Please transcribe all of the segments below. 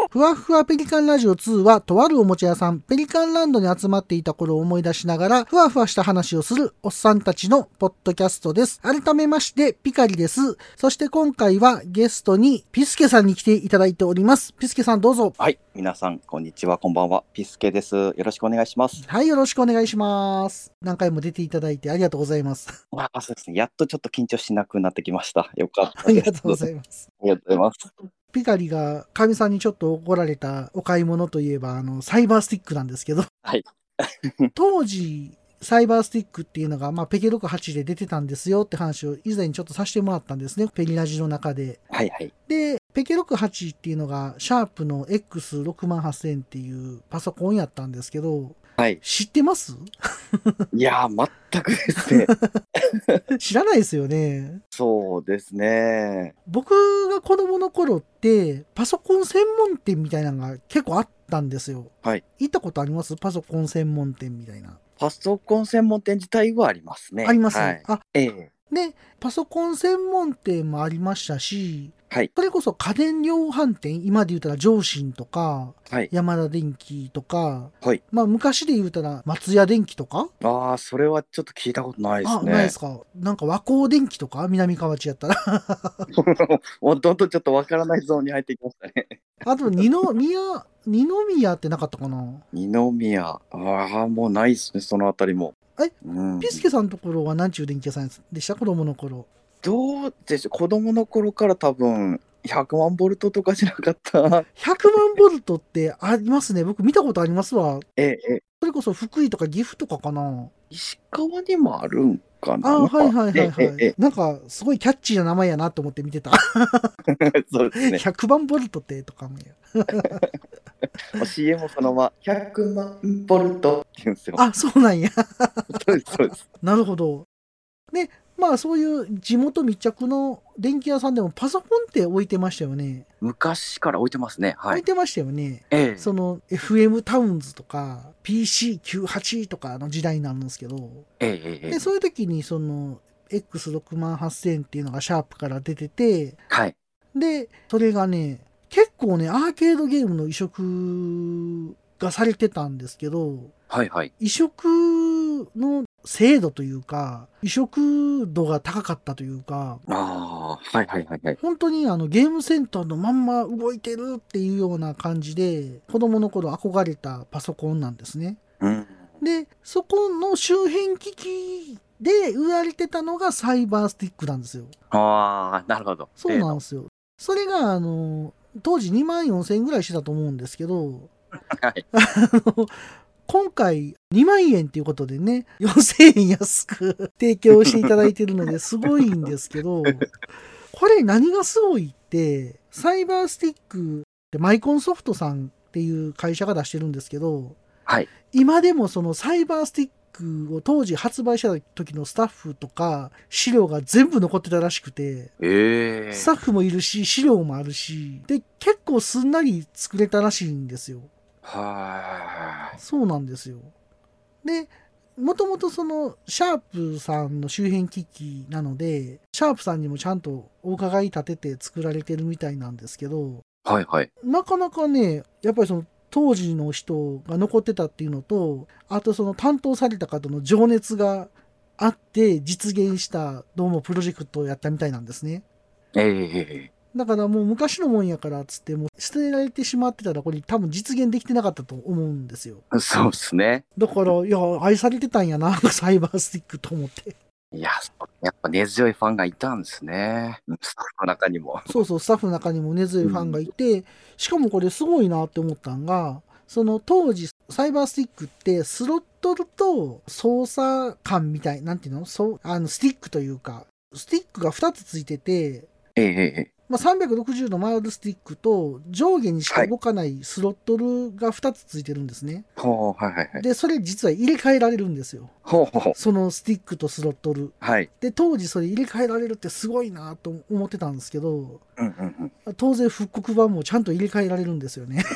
ふわふわペリカンラジオ2は、とあるおもちゃ屋さん、ペリカンランドに集まっていた頃を思い出しながら、ふわふわした話をするおっさんたちのポッドキャストです。改めまして、ピカリです。そして今回はゲストにピスケさんに来ていただいております。ピスケさんどうぞ。 はい、皆さんこんにちは、こんばんは。ピスケです。よろしくお願いします。 はい、よろしくお願いします。何回も出ていただいてありがとうございます。 そうですね。やっとちょっと緊張しなくなってきました。よかったです。 ありがとうございます。 ありがとうございます。 ピカリがかみさんにちょっと怒られたお買い物といえば、サイバースティックなんですけど、 はい。 当時、サイバースティックっていうのが、ペケ68で出てたんですよって話を以前にちょっとさせてもらったんですね。ペリラジの中で。 はいはい。 で、ペケ68っていうのが、シャープの X68000 っていうパソコンやったんですけど、 はい。 知ってます？ いやー、全くですね。 知らないですよね。 そうですね。 僕が子供の頃って、パソコン専門店みたいなのが結構あったんですよ。 はい。 行ったことあります？パソコン専門店みたいな。 パソコン専門店自体はありますね。 あります。 はい。 あ、 ええ。 で、パソコン専門店もありましたし、 はい。 それこそ家電量販店、今で言うたら上信とか、 はい。 ヤマダ電機とか、 はい。 昔で言うたら松屋電機とか、 ああ、それはちょっと聞いたことないですね。 ないですか。なんか和光電機とか、南河内やったら。 もうどんどんちょっとわからないゾーンに入ってきましたね。 あと、二宮ってなかったかな。 二宮。ああ、もうないですね、そのあたりも。 え、 うん。 ピスケさんのところは何ちゅう電気屋さんでした？子供の頃。 どうでしょう、子供の頃から多分100万ボルトとかじゃなかった。 100万ボルトってありますね。僕見たことありますわ。 ええ、 それこそ福井とか岐阜とかかな。 石川にもあるんかな、 あ、はいはいはいはい。 ええ、 なんか、すごいキャッチーな名前やなと思って見てた。 そうですね。 100万ボルトってとかもや。 CM もそのまま100万ボルトって言うんですよ。 あ、そうなんや。 そうです、そうです。 なるほど。で、そういう地元密着の電気屋さんでもパソコンって置いてましたよね。 昔から置いてますね。はい。 置いてましたよね。 ええ、 その FM タウンズとか PC98 とかの時代になるんですけど、 ええ、えで、 え、 そういう時にその X68000 っていうのがシャープから出てて、 はい。 で、それがね、結構ね、アーケードゲームの移植がされてたんですけど、 はいはい。 移植の精度というか、移植度が高かったというか、 ああ、はいはいはいはい。 本当にゲームセンターのまんま動いてるっていうような感じで、子供の頃憧れたパソコンなんですね。 うん。 で、そこの周辺機器で売られてたのがサイバースティックなんですよ。 ああ、なるほど。 そうなんですよ。それが、当時24,000円ぐらいしてたと思うんですけど、 はい。 今回2万円っていうことでね、4,000円安く提供していただいてるのですごいんですけど、これ何がすごいって、サイバースティックってマイコンソフトさんっていう会社が出してるんですけど、 はい。 今でもそのサイバースティックを当時発売した時のスタッフとか資料が全部残ってたらしくて、 ええ。 スタッフもいるし、資料もあるし、で、結構すんなり作れたらしいんですよ。 はそうなんですよ。で、もともとその、シャープさんの周辺機器なので、シャープさんにもちゃんとお伺い立てて作られてるみたいなんですけど、 い。はいはい。 なかなかね、やっぱりその、当時の人が残ってたっていうのと、あとその担当された方の情熱があって実現したどうもプロジェクトをやったみたいなんですね。 ええ。 だからもう昔のもんやからっつってもう捨てられてしまってたらこれ多分実現できてなかったと思うんですよ。 そうですね。 だからいや愛されてたんやなサイバースティックと思って。 いや、やっぱ根強いファンがいたんですね。スタッフの中にも。 そうそう、スタッフの中にも根強いファンがいて、しかもこれすごいなって思ったんが、その当時サイバースティックってスロットルと操作感みたいなんていうの、スティックというかスティックが2つついてて、 ええ。 360度回るスティックと上下にしかはい。 動かないスロットルが2つついてるんですね。 ほう、はいはいはい。 で、それ実は入れ替えられるんですよ。 ほうほうほう。 そのスティックとスロットル。 はい。 で、当時それ入れ替えられるってすごいなと思ってたんですけど、 うんうんうん。 当然復刻版もちゃんと入れ替えられるんですよね。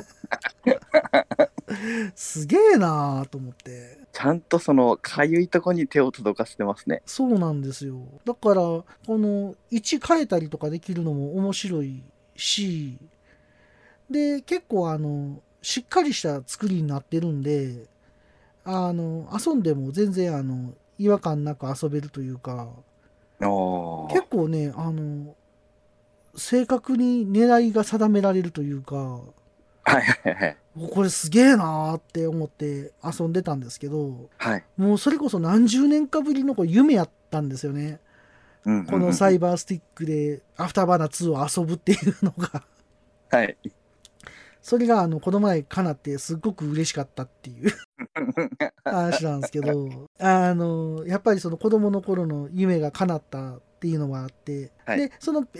すげえなーと思って。 ちゃんとそのかゆいとこに手を届かせてますね。 そうなんですよ。だから、この位置変えたりとかできるのも面白いし、 で、結構しっかりした作りになってるんで、遊んでも全然違和感なく遊べるというか、結おー。 構ね、正確に狙いが定められるというか、 はいはいはい。 これすげえなーって思って遊んでたんですけど、 はい。 もうそれこそ何十年かぶりのこう夢やったんですよね。 うんうんこのうんうん。 サイバースティックでアフターバーナー2を遊ぶっていうのが、 はい。 それがこの前叶ってすっごく嬉しかったっていう話なんですけど、やっぱりその子供の頃の夢が叶ったっていうのがあって、 はい。 で、その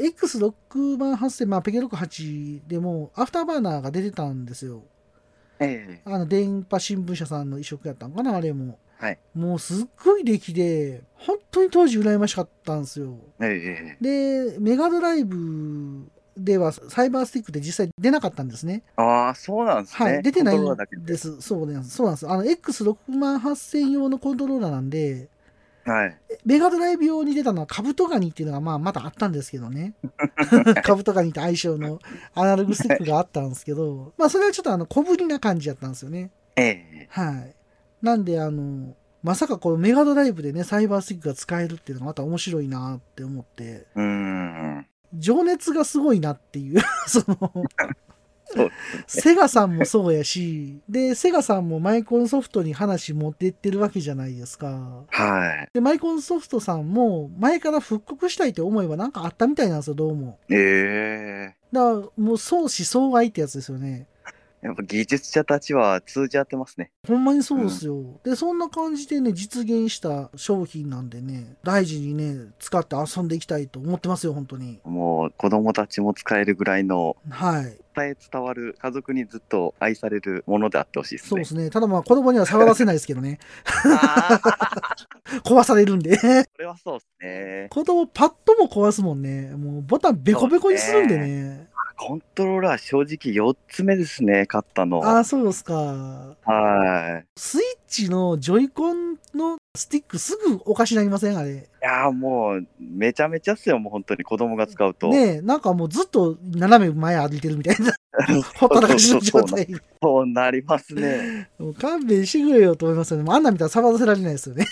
X6 万8000、まあ、ペケ68でもアフターバーナーが出てたんですよ。 ええ。 電波新聞社さんの移植やったんかな、あれも。 はい。 もうすっごい出来で、本当に当時羨ましかったんですよ。 ええ。 で、メガドライブではサイバースティックで実際出なかったんですね。 ああ、そうなんですはい、 ね。コントローラ出てないーだけで。 です。そうなんです。そうなんです。X6 万8000用のコントローラーなんで、 はい。 メガドライブ用に出たのはカブトガニっていうのがまあまだあったんですけどね。カブトガニと相性のアナログスティックがあったんですけど、まあそれはちょっと小ぶりな感じだったんですよね。 ええ。 はい。なんでまさかこのメガドライブでね、サイバースティックが使えるっていうのがまた面白いなって思って、 うーん。 情熱がすごいなっていう、その、 そうですね。 セガさんもそうやし、で、セガさんもマイコンソフトに話持ってってるわけじゃないですか。 はで、マイコンソフトさんも前から復刻したいって思えばなんかあったみたいなんですよ、どうも。 い。ええ。 だからもう相思相愛ってやつですよね。 やっぱ技術者たちは通じ合ってますね。 ほんまにそううん。 ですよ。で、そんな感じでね、実現した商品なんでね、大事にね、使って遊んでいきたいと思ってますよ、本当に。 もう子供たちも使えるぐらいのはい。 伝わる家族にずっと愛されるものであってほしいですね。 そうですね。ただまあ子供には触らせないですけどね。 ああ、 壊されるんで。 それはそうですね。 子供パッドも壊すもんね。もうボタンベコベコにするんでね。 コントローラー正直4つ目ですね、買ったの。 ああ、そうですか。 はい。 スイッチのジョイコンのスティックすぐおかしになりませんあれ。 いやーもう、めちゃめちゃっすよ、もう本当に子供が使うと。 ねえ、なんかもうずっと斜め前歩いてるみたいな。ほったらかしの状態。 そうなりますね。 もう勘弁してくれよと思いますよね。もうあんなん見たら触らせられないですよね。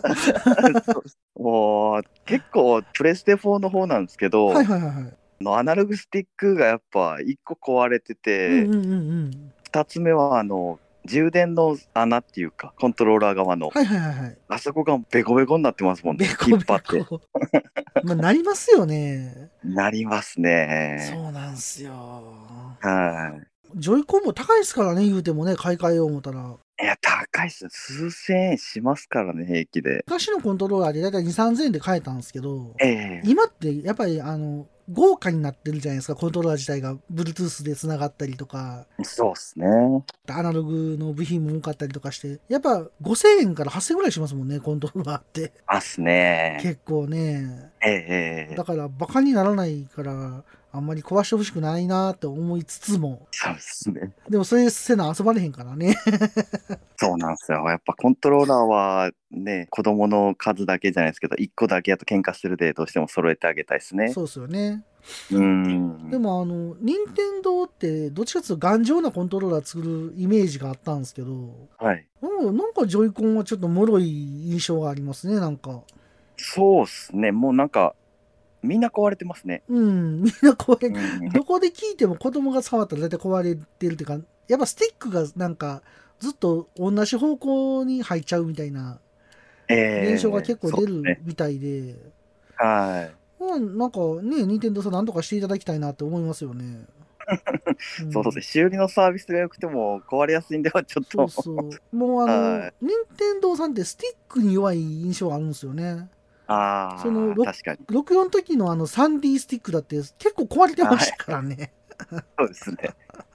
もう、結構、プレステ4の方なんですけど、 はいはいはいはい。 アナログスティックがやっぱ1個壊れてて、 うんうんうんうん。 2つ目は充電の穴っていうか、コントローラー側の、 はいはいはいはい。 あそこがベコベコになってますもんね。 ベコベ引っ張って。 コ。まあ、なりますよね。 なりますね。 そうなんすよ。 はジョイコンも高いですからね、言うてもね、買い替えよう思ったら。 い。いや、高いっすよ。数千円しますからね、平気で。 昔のコントローラーでだいたい2、3000円で買えたんですけど、 ええ。 今ってやっぱり豪華になってるじゃないですか、コントローラー自体が Bluetooth で繋がったりとか、 そうっすね。 アナログの部品も多かったりとかして、やっぱ5000円から8000円ぐらいしますもんね、コントローラーって。 あっすね。 結構ね。 ええ、ええ。 だからバカにならないから、あんまり壊してほしくないなって思いつつも、 そうっすね。 でもそれせな遊ばれへんからね。 そうなんですよ。やっぱコントローラーはね、子供の数だけじゃないですけど、1個だけやと喧嘩するで、どうしても揃えてあげたいですね。 そうですよね。 うーん。 でも任天堂ってどっちかっていうと頑丈なコントローラー作るイメージがあったんですけど、 はい。 なんかジョイコンはちょっと脆い印象がありますね、なんか。 そうっすね。もうなんか、みんな壊れてますね。 うん、みんな壊れ、 うん。 どこで聞いても子供が触ったら大体壊れてるっていうか、やっぱスティックがなんかずっと同じ方向に入っちゃうみたいな現象が結構出るそうですね。 みたいで、 はい。 なんかね、任天堂さんなんとかしていただきたいなって思いますよね。うそうですん、 ね。修理のサービスが良くても壊れやすいんではちょっそうと。 そう。もうはい。 任天堂さんってスティックに弱い印象があるんですよね。そのああ、確かに。 64の時の3D スティックだって結構壊れてましたはい。 からね。 そうですね。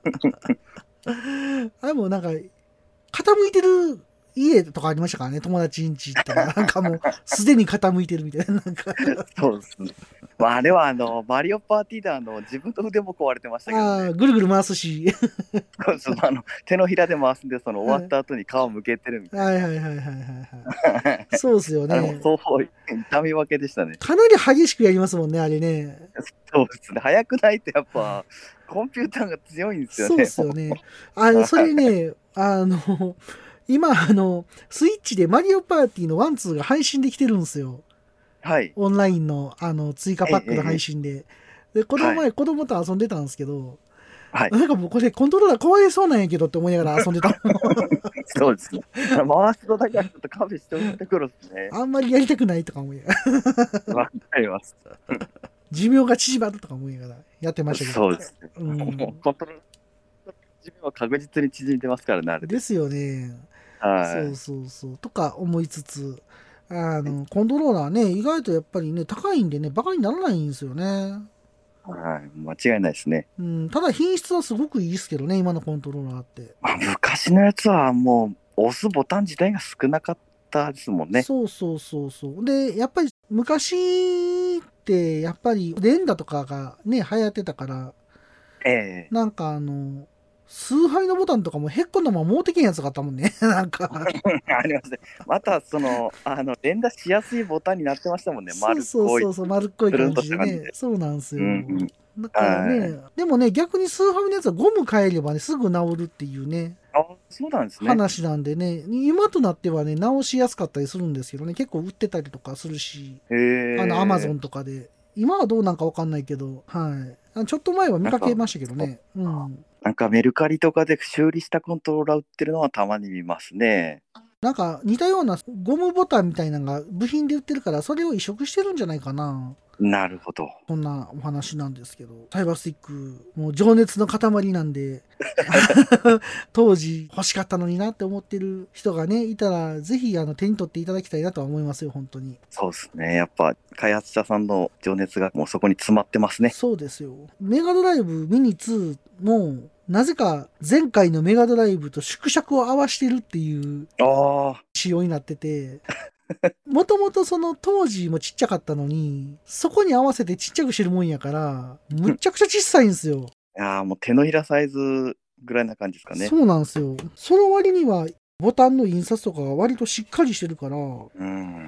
あれもなんか、傾いてる家とかありましたからね、友達ん家行ったら。なんかもう、すでに傾いてるみたいな。なんかそうですね。まあ、あれはマリオパーティーで自分の腕も壊れてましたけどね。 ぐるぐる回すし。 そう手のひらで回すんで、終わっはいた後に皮むけてるみたいな。 はいはいはいはいはいはい。そうですよあれもね。 双方痛み分けでしたね。 かなり激しくやりますもんね、あれね。 そうですね。早くないとやっぱコンピューターが強いんですよそうね。 ですよね。それね、今、スイッチでマリオパーティーの1、2が配信できてるんですよ。 はい。 オンラインの、追加ええ、 パックのええ、 配信で。で、このはい。 前、子供と遊んでたんですけど、 はい。 なんかもうこれコントローラー壊れそうなんやけどって思いながら遊んでた。 そうですね。回すのだけはちょっと勘弁してほしいところですね。 あんまりやりたくないとか思いながら、 わかります。 寿命が縮まるとか思いながらやってましたけど。 そうですね。 うもん。 うコントローラーの寿命は確実に縮んでますからね、あれで。 ですよね。そうはそうそう。とか思いつつ、コントローラーね、意外とやっぱりね、高いんでね、バカにならないんですよね。 い。はい。間違いないですね。 うん、ただ品質はすごくいいですけどね、今のコントローラーって。 昔のやつはもう押すボタン自体が少なかったですもんね。 そうそうそうそう。で、やっぱり昔ってやっぱり連打とかがね、流行ってたから、 ええ。 なんか崇拝のボタンとかもへっこんだまま持ってけんやつがあったもんね。なんか。 ありますね。また、連打しやすいボタンになってましたもんね。 そう丸っこい、 そうそうそう、丸っこいつるん感じでね。 とした感じで。 そうなんですよ。 うん。 だからはい。 ね、でもね、逆にスーファミのやつはゴム変えればね、すぐ治るっていうね、 あ、そうなんですね。 話なんでね、今となってはね、直しやすかったりするんですけどね、結構売ってたりとかするし、 へアマゾえ。 ンとかで。今はどうなんかわかんないけど、はい。ちょっと前は見なんか、 かけましたけどね。うん。 なんかメルカリとかで修理したコントローラー売ってるのはたまに見ますね。 なんか似たようなゴムボタンみたいなのが部品で売ってるから、それを移植してるんじゃないかな。 なるほど。 そんなお話なんですけど、サイバースティック、もう情熱の塊なんで、当時欲しかったのになって思ってる人がね、いたら、ぜひ手に取っていただきたいなとは思いますよ、本当に。 そうですね。やっぱ開発者さんの情熱がもうそこに詰まってますね。 そうですよ。メガドライブミニ2も、なぜか前回のメガドライブと縮尺を合わしてるっていうああ。 仕様になってて、もともとその当時もちっちゃかったのに、そこに合わせてちっちゃくしてるもんやから、むっちゃくちゃ小さいんですよ。 いやーもう手のひらサイズぐらいな感じですかね。 そうなんですよ。その割にはボタンの印刷とかが割としっかりしてるから、 うん。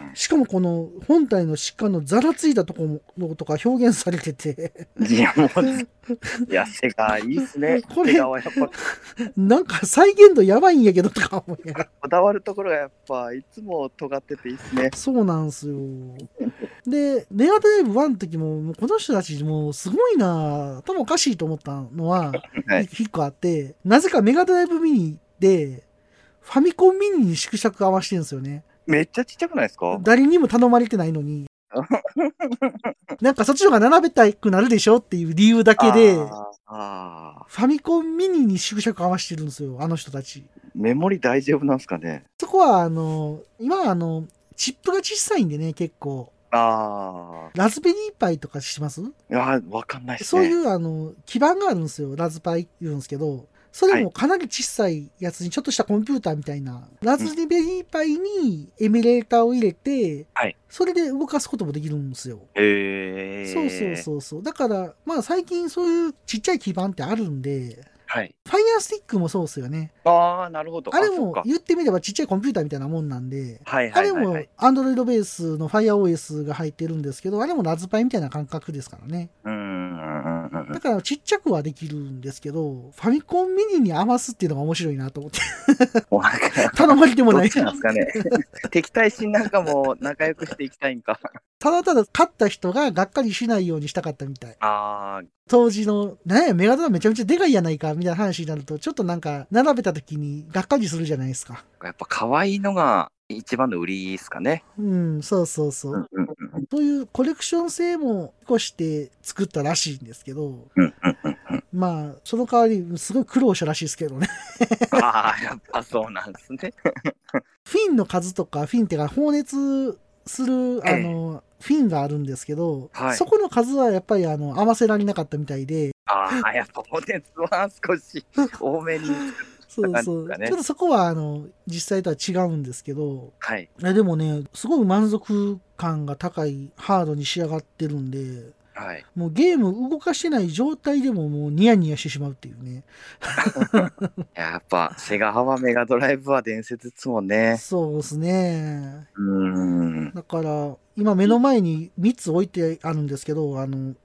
しかもこの本体の疾患のざらついたところとか表現されてて、 いや、もう、いや、セガいいっすね。 これセガはやっぱなんか再現度やばいんやけどとか思いながら。 こだわるところがやっぱいつも尖ってていいっすね。 そうなんですよ。で、メガドライブ1の時も、もうこの人たちもうすごいな頭おかしいと思ったのは、 はい。 一個あって、なぜかメガドライブミニで、ファミコンミニに縮尺合わせてるんですよね。 めっちゃちっちゃくないですか？ 誰にも頼まれてないのに、なんかそっちの方が並べたくなるでしょっていう理由だけで、 ああ、 ファミコンミニに縮尺合わせてるんですよ、あの人たち。 メモリ大丈夫なんですかね？ そこは今はチップが小さいんでね、結構。 ああ、 ラズベリーパイとかします？ いや、わかんないっすね。 そういう基板があるんですよ。ラズパイ言うんですけど、それはい。 もかなり小さいやつにちょっとしたコンピューターみたいな、ラズベリーパイにエミュレーターを入れて、 はい。 それで動かすこともできるんですよ。そうそうへえ。 そうそう。だから、まあ最近そういうちっちゃい基板ってあるんで、 はい。 ファイヤースティックもそうですよね。 ああ、なるほど。あ、 あれそっか。 も言ってみればちっちゃいコンピューターみたいなもんなんで、 はいあれもはいはいはい。 Android ベースの FireOS が入ってるんですけど、あれもラズパイみたいな感覚ですからね。 うんうんうんうんうん。 だからちっちゃくはできるんですけど、ファミコンミニに余すっていうのが面白いなと思って。 もうなんか頼まれてもない。 どっちなんですかね。敵対心なんかも仲良くしていきたいんか。 ただただ勝った人ががっかりしないようにしたかったみたい。 ああ、 当時の、なんや、メガドラめちゃめちゃでかいやないか、みたいな話になると、ちょっとなんか、並べた時にがっかりするじゃないですか。 やっぱ可愛いのが一番の売りですかね。 うん、そうそうそう。 うんうんうんそういうコレクション性も越して作ったらしいんですけど、 うんうんうんうん。 まあ、その代わり、すごい苦労したらしいですけどね。 ああ、やっぱそうなんですね。 フィンの数とか、フィンってか放熱する、 ええ。 フィンがあるんですけど、 はい。 そこの数はやっぱり合わせられなかったみたいで、 ああ、やっぱ骨は少し多めに作った感じそうそう。 ですかね。 ちょっとそこは、実際とは違うんですけど、 はい。 でもね、すごい満足感が高いハードに仕上がってるんで、 はい。 もうゲーム動かしてない状態でももうニヤニヤしてしまうっていうね。 やっぱセガハワメガドライブは伝説ですもんね。 そうですね。 うーん。 だから、今目の前に3つ置いてあるんですけど、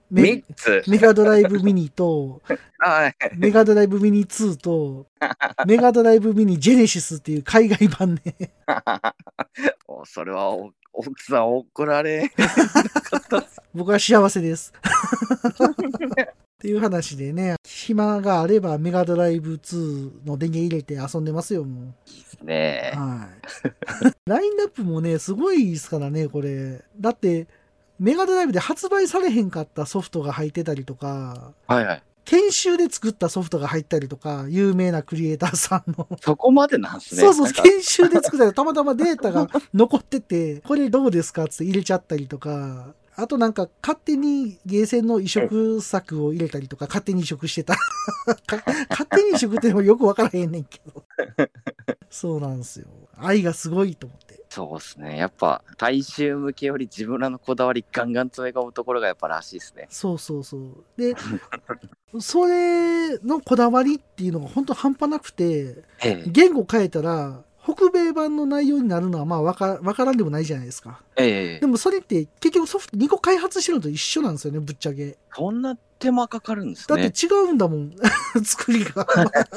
3つ。 メガドライブミニと、 はい。 メガドライブミニ2と、メガドライブミニジェネシスっていう海外版ね。 それは奥さん怒られ。 僕は幸せです。っていう話でね、暇があればメガドライブ2の電源入れて遊んでますよ、もいいですね。 う。はい。ラインナップもね、すごいですからね、これ。だって、メガドライブで発売されへんかったソフトが入ってたりとか、 はいはい。 研修で作ったソフトが入ったりとか、有名なクリエイターさんの。 そこまでなんすね。 そうそう、 なんか研修で作ったらたまたまデータが残ってて、これどうですかって入れちゃったりとか、あとなんか勝手にゲーセンの移植作を入れたりとか、勝手に移植してた。勝手に移植ってもよくわからへんねんけど。そうなんですよ。愛がすごいと思って。 そうですね。やっぱ大衆向けより自分らのこだわりガンガン詰め込むところがやっぱらしいですね。 そうそうそう。で、それのこだわりっていうのが本当半端なくて、 ええ。 言語変えたら、北米版の内容になるのはまあわからんでもないじゃないですか。 ええ。 でもそれって結局ソフト2個開発してるのと一緒なんですよね、ぶっちゃけ。 そんな手間かかるんですだってね。 違うんだもん、作りが。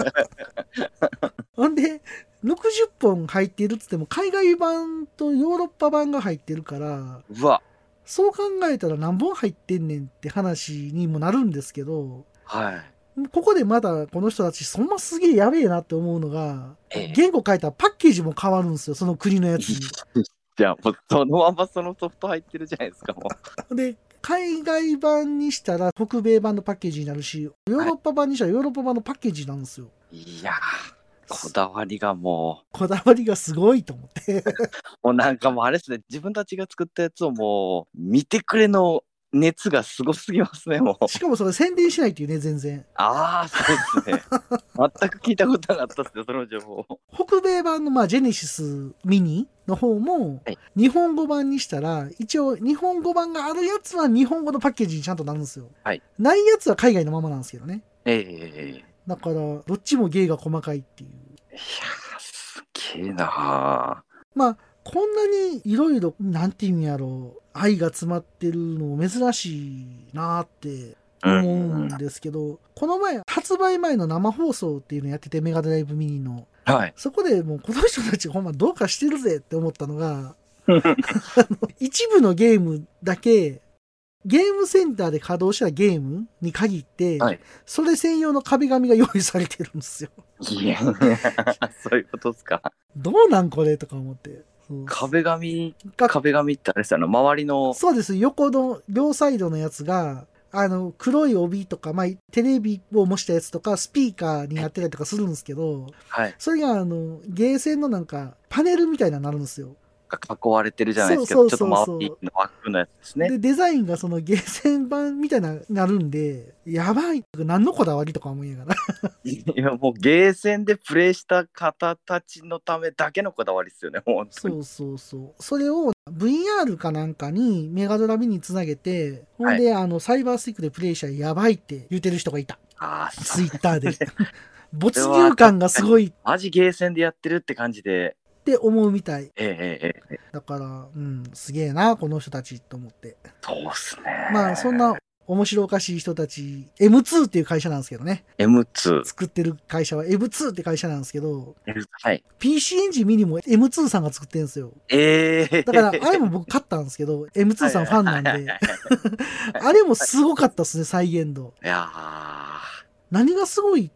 ほんで、60本入ってるっつっても、海外版とヨーロッパ版が入ってるから、 うわ。 そう考えたら何本入ってんねんって話にもなるんですけど、 はい。 ここでまだこの人たち、そんますげえやべえなって思うのが、 ええ。 言語変えたらパッケージも変わるんですよ、その国のやつに。 じゃあもうそのままそのソフト入ってるじゃないですか、もで、海外版にしたら北米版のパッケージになるし、ヨーロッパ版にしたらヨーロッパ版のパッケージなんですよ。 う。いやー、こだわりがもこだわりがすごいと思って。 う、もうなんかもうあれですね、自分たちが作ったやつをもう、見てくれの熱がすごすぎますね、もう。 しかもそれ宣伝しないっていうね、全然。 ああ、そうですね。全く聞いたことなかったですよ、その情報。 北米版のまあジェネシスミニの方もはい、 日本語版にしたら、一応日本語版があるやつは日本語のパッケージにちゃんとなるんですよ。 はい。 ないやつは海外のままなんですけどね。 ええ。 だから、どっちも芸が細かいっていう。 いやー、すげえなまあ、こんなにいろいろ、なんていうんやろう、愛が詰まってるの珍しいなーってー。 思うんですけど、この前、発売前の生放送っていうのやってて、メガドライブミニの。 はい。 そこでもうこの人たちほんまどうかしてるぜって思ったのが、一部のゲームだけ、ゲームセンターで稼働したゲームに限って、 はい。 それ専用の壁紙が用意されてるんですよ。 いや、そういうことですか。 どうなんこれとか思って。そう壁紙がってあれですよ、周りの。 そうです。横の両サイドのやつが、黒い帯とか、まあ、テレビを模したやつとか、スピーカーになってたりとかするんですけど、 はい。 それが、ゲーセンのなんか、パネルみたいなのになるんですよ。 囲われてるじゃないですか。 そうちょっと周りの枠のやつですね。 で、デザインがそのゲーセン版みたいな、なるんで、やばい。何のこだわりとか思いながら。 いや、もうゲーセンでプレイした方たちのためだけのこだわりですよね、本当に。 そうそうそう。それを VR かなんかにメガドラミにつなげて、ほんで、サイバースティックでプレイしたらやばいって言ってる人がいた。 ああ、 ツイッターで。没入感がすごいっマジゲーセンでやってるって感じで。 て思うみたい。 ええええええ。 だから、すげえな、この人たちと思って。 そうっすね。 まあ、そんな面白おかしい人たち、M2 っていう会社なんですけどね。 M2。 作ってる会社は M2 って会社なんですけど、 はい。 PC エンジンミニも M2 さんが作ってるんですよ。 ええ。 だから、あれも僕買ったんですけど、M2 さんファンなんで、 はいはいはいあれもすごかったですね、再現度。 いやー。 何がすごいって、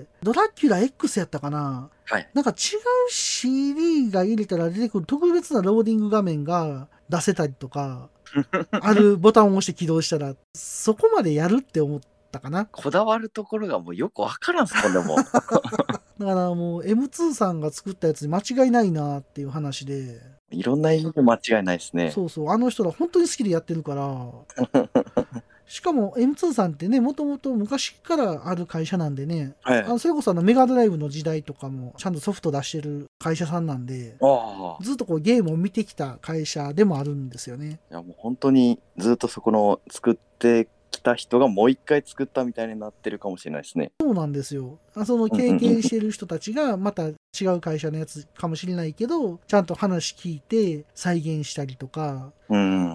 ドラキュラ X やったかな、 はい。 なんか違う CD が入れたら出てくる特別なローディング画面が出せたりとか、あるボタンを押して起動したら、そこまでやるって思ったかな。 こだわるところがもうよくわからんすもん、でも。 だからもう M2 さんが作ったやつに間違いないなっていう話で、 いろんな意味で間違いないですね。 そうそう、あの人ら本当に好きでやってるから、しかも M2 さんってね、もともと昔からある会社なんでね、 はい。 それこそメガドライブの時代とかもちゃんとソフト出してる会社さんなんで、 ああ。 ずっとこうゲームを見てきた会社でもあるんですよね。 いやもう本当にずっとそこの作ってきた人がもう一回作ったみたいになってるかもしれないですね。 そうなんですよ。その経験してる人たちがまた違う会社のやつかもしれないけど、ちゃんと話聞いて再現したりとか、 うん。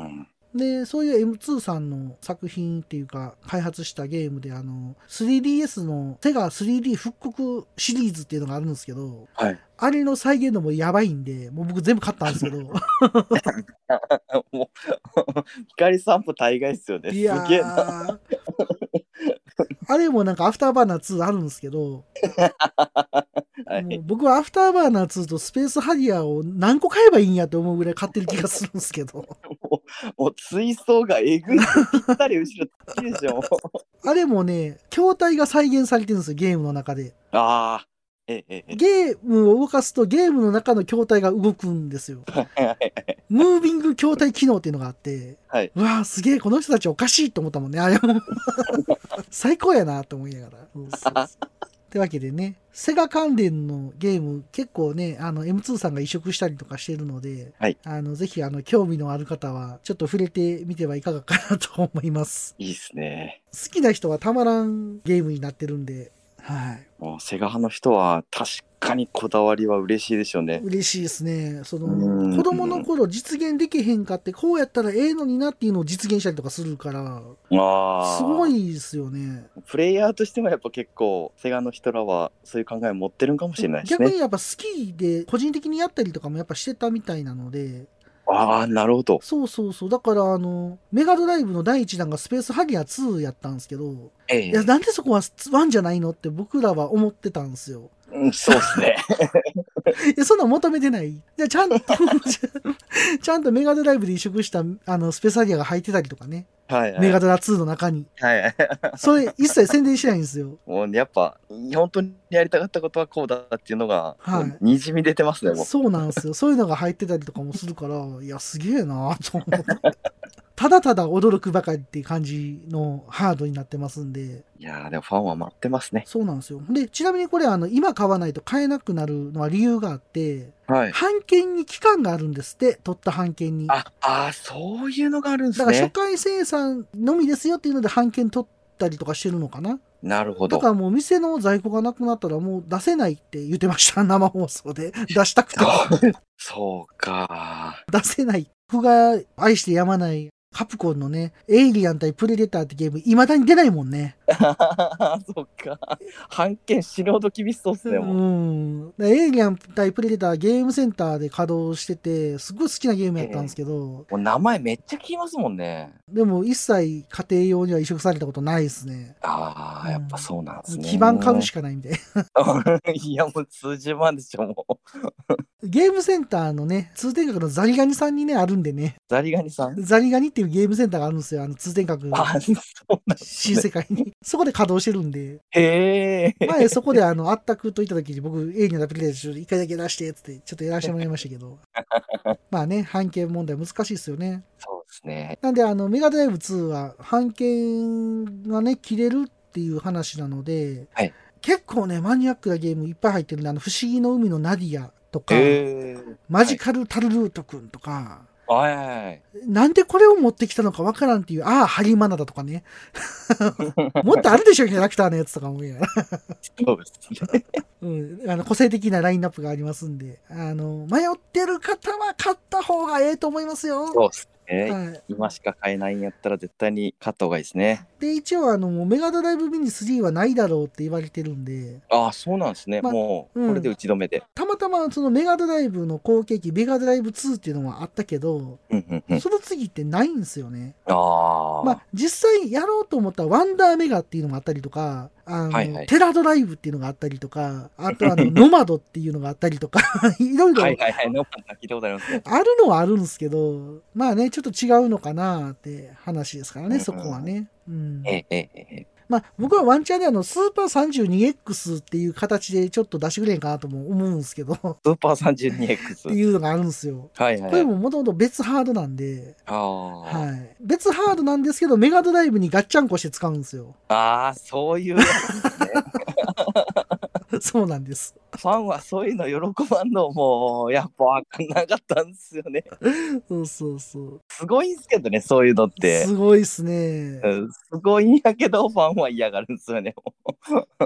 で、そういう M2 さんの作品っていうか、開発したゲームで、3DS のセガ 3D 復刻シリーズっていうのがあるんですけど、 はい。 あれの再現度もやばいんで、もう僕全部買ったんですけど、 もう、光散歩大概ですよね。 いすげえな。 やー、あれもなんかアフターバーナー2あるんですけど、もうはい。 僕はアフターバーナー2とスペースハリアーを何個買えばいいんやって思うぐらい買ってる気がするんですけど、 もう追走がえぐい。ぴったり後ろつきでしょ。 あれもね、筐体が再現されてるんですよ、ゲームの中で。 ああ。え。 ゲームを動かすとゲームの中の筐体が動くんですよ。ムービング筐体機能っていうのがあって、 はい。 うわーすげえ、この人たちおかしいと思ったもんね、あれも。最高やなと思いながら。そうそうそうってわけでね、セガ関連のゲーム、結構ね、M2 さんが移植したりとかしてるので、 はい。 ぜひ、興味のある方は、ちょっと触れてみてはいかがかなと思います。 いいっすね。 好きな人はたまらんゲームになってるんで、はい。 もうセガ派の人は確かにこだわりは嬉しいでしょうね。 嬉しいですね。 うん。 子供の頃実現できへんかって、こうやったらええのになっていうのを実現したりとかするから、すごああ。 いですよね。 プレイヤーとしてもやっぱ結構セガの人らはそういう考えを持ってるんかもしれないですね。 逆にやっぱ好きで個人的にやったりとかもやっぱしてたみたいなので、 ああ、なるほど。 そうそうそう。だからメガドライブの第1弾がスペースハリアー2やったんですけど、いや、 ええ。 なんでそこは1じゃないのって僕らは思ってたんですよ。 うん、そうですね。 いや、そんなん求めてない。じゃあちゃんとちゃんとメガドライブで移植したスペースハリアーが入ってたりとかね。 はいはい。 メガドラ2の中に。 はいはい。 それ一切宣伝しないんですよ。 もうやっぱ本当にやりたかったことはこうだっていうのがもうはい。 にじみ出てますね、もう。 そうなんですよ。そういうのが入ってたりとかもするから、いや、すげえなと思って。ただただ驚くばかりっていう感じのハードになってますんで。 いやーでもファンは待ってますね。 そうなんですよ。で、ちなみにこれ、今買わないと買えなくなるのは理由があって、 はい。 版権に期間があるんですって、取った版権に。 そういうのがあるんでだから初すね。 回生産のみですよっていうので版権取ったりとかしてるのかな。 なるほど。 だからもう店の在庫がなくなったらもう出せないって言ってました。生放送で。出したくてもそうか。 出せない。僕が愛してやまないカプコンのね、エイリアン対プレデターってゲーム、未だに出ないもんね。 そっか。版権死ぬほど厳しそうっすね、もう。 エイリアン対プレデターゲームセンターで稼働してて、すごい好きなゲームやったんですけど、 もう名前めっちゃ聞きますもんね。 でも一切家庭用には移植されたことないですね。 やっぱそうなんですね。 基盤買うしかないみたいな。 いや、もう数十万でしょ、もう。 ゲームセンターのね、通天閣のザリガニさんにね、あるんでね。 ザリガニさんザリガニっていうゲームセンターがあるんですよ。通天閣そうなんです新ね。 世界に。そこで稼働してるんで。 へえ。 前そこであったくといった時に僕、エイリアンのアプリケーション一回だけ出して、つって、ちょっとやらせてもらいましたけど。まあね、版権問題難しいですよね。 そうですね。 なんでメガドライブ2は版権がね、切れるっていう話なので、 はい。 結構ね、マニアックなゲームいっぱい入ってるんで、不思議の海のナディアとか、 へえ。 マジカルタルルートくんとか、 はいはいはい。 なんでこれを持ってきたのかわからんっていう、ハリマナだとかね。もっとあるでしょ、キャラクターのやつとかもいや。 そうですね。 個性的なラインナップがありますんで、迷ってる方は買った方がええと思いますよ。 そうですね。 はい。 今しか買えないんやったら絶対に買った方がいいですね。 で、一応もうメガドライブミニ3はないだろうって言われてるんで、 そうなんですね。 まあもう、これで打ち止めで。 たまたまそのメガドライブの後継機、メガドライブ2っていうのはあったけど、その次ってないんですよね。まあ、実際やろうと思ったらワンダーメガっていうのがあったりとか、 はいはい。 テラドライブっていうのがあったりとか、あとノマドっていうのがあったりとか、いろいろはいはいはい。ノパン聞いたことありますね。 あるのはあるんですけど、まあね、ちょっと違うのかなって話ですからね、そこはね。まあ、僕はワンチャンでスーパー 32X っていう形でちょっと出してくれんかなとも思うんですけど、 スーパー 32X。 っていうのがあるんですよ。 はいはい。 これももともと別ハードなんで、 はい。別ハードなんですけど、メガドライブにガッチャンコして使うんですよ。 そういうやつですね。 そうなんです。 ファンはそういうの喜ばんのもやっぱ分かんなかったんですよね。 そうそうそう。 すごいんすけどね、そういうのって。 すごいっすね。 すごいんやけど、ファンは嫌がるんですよね。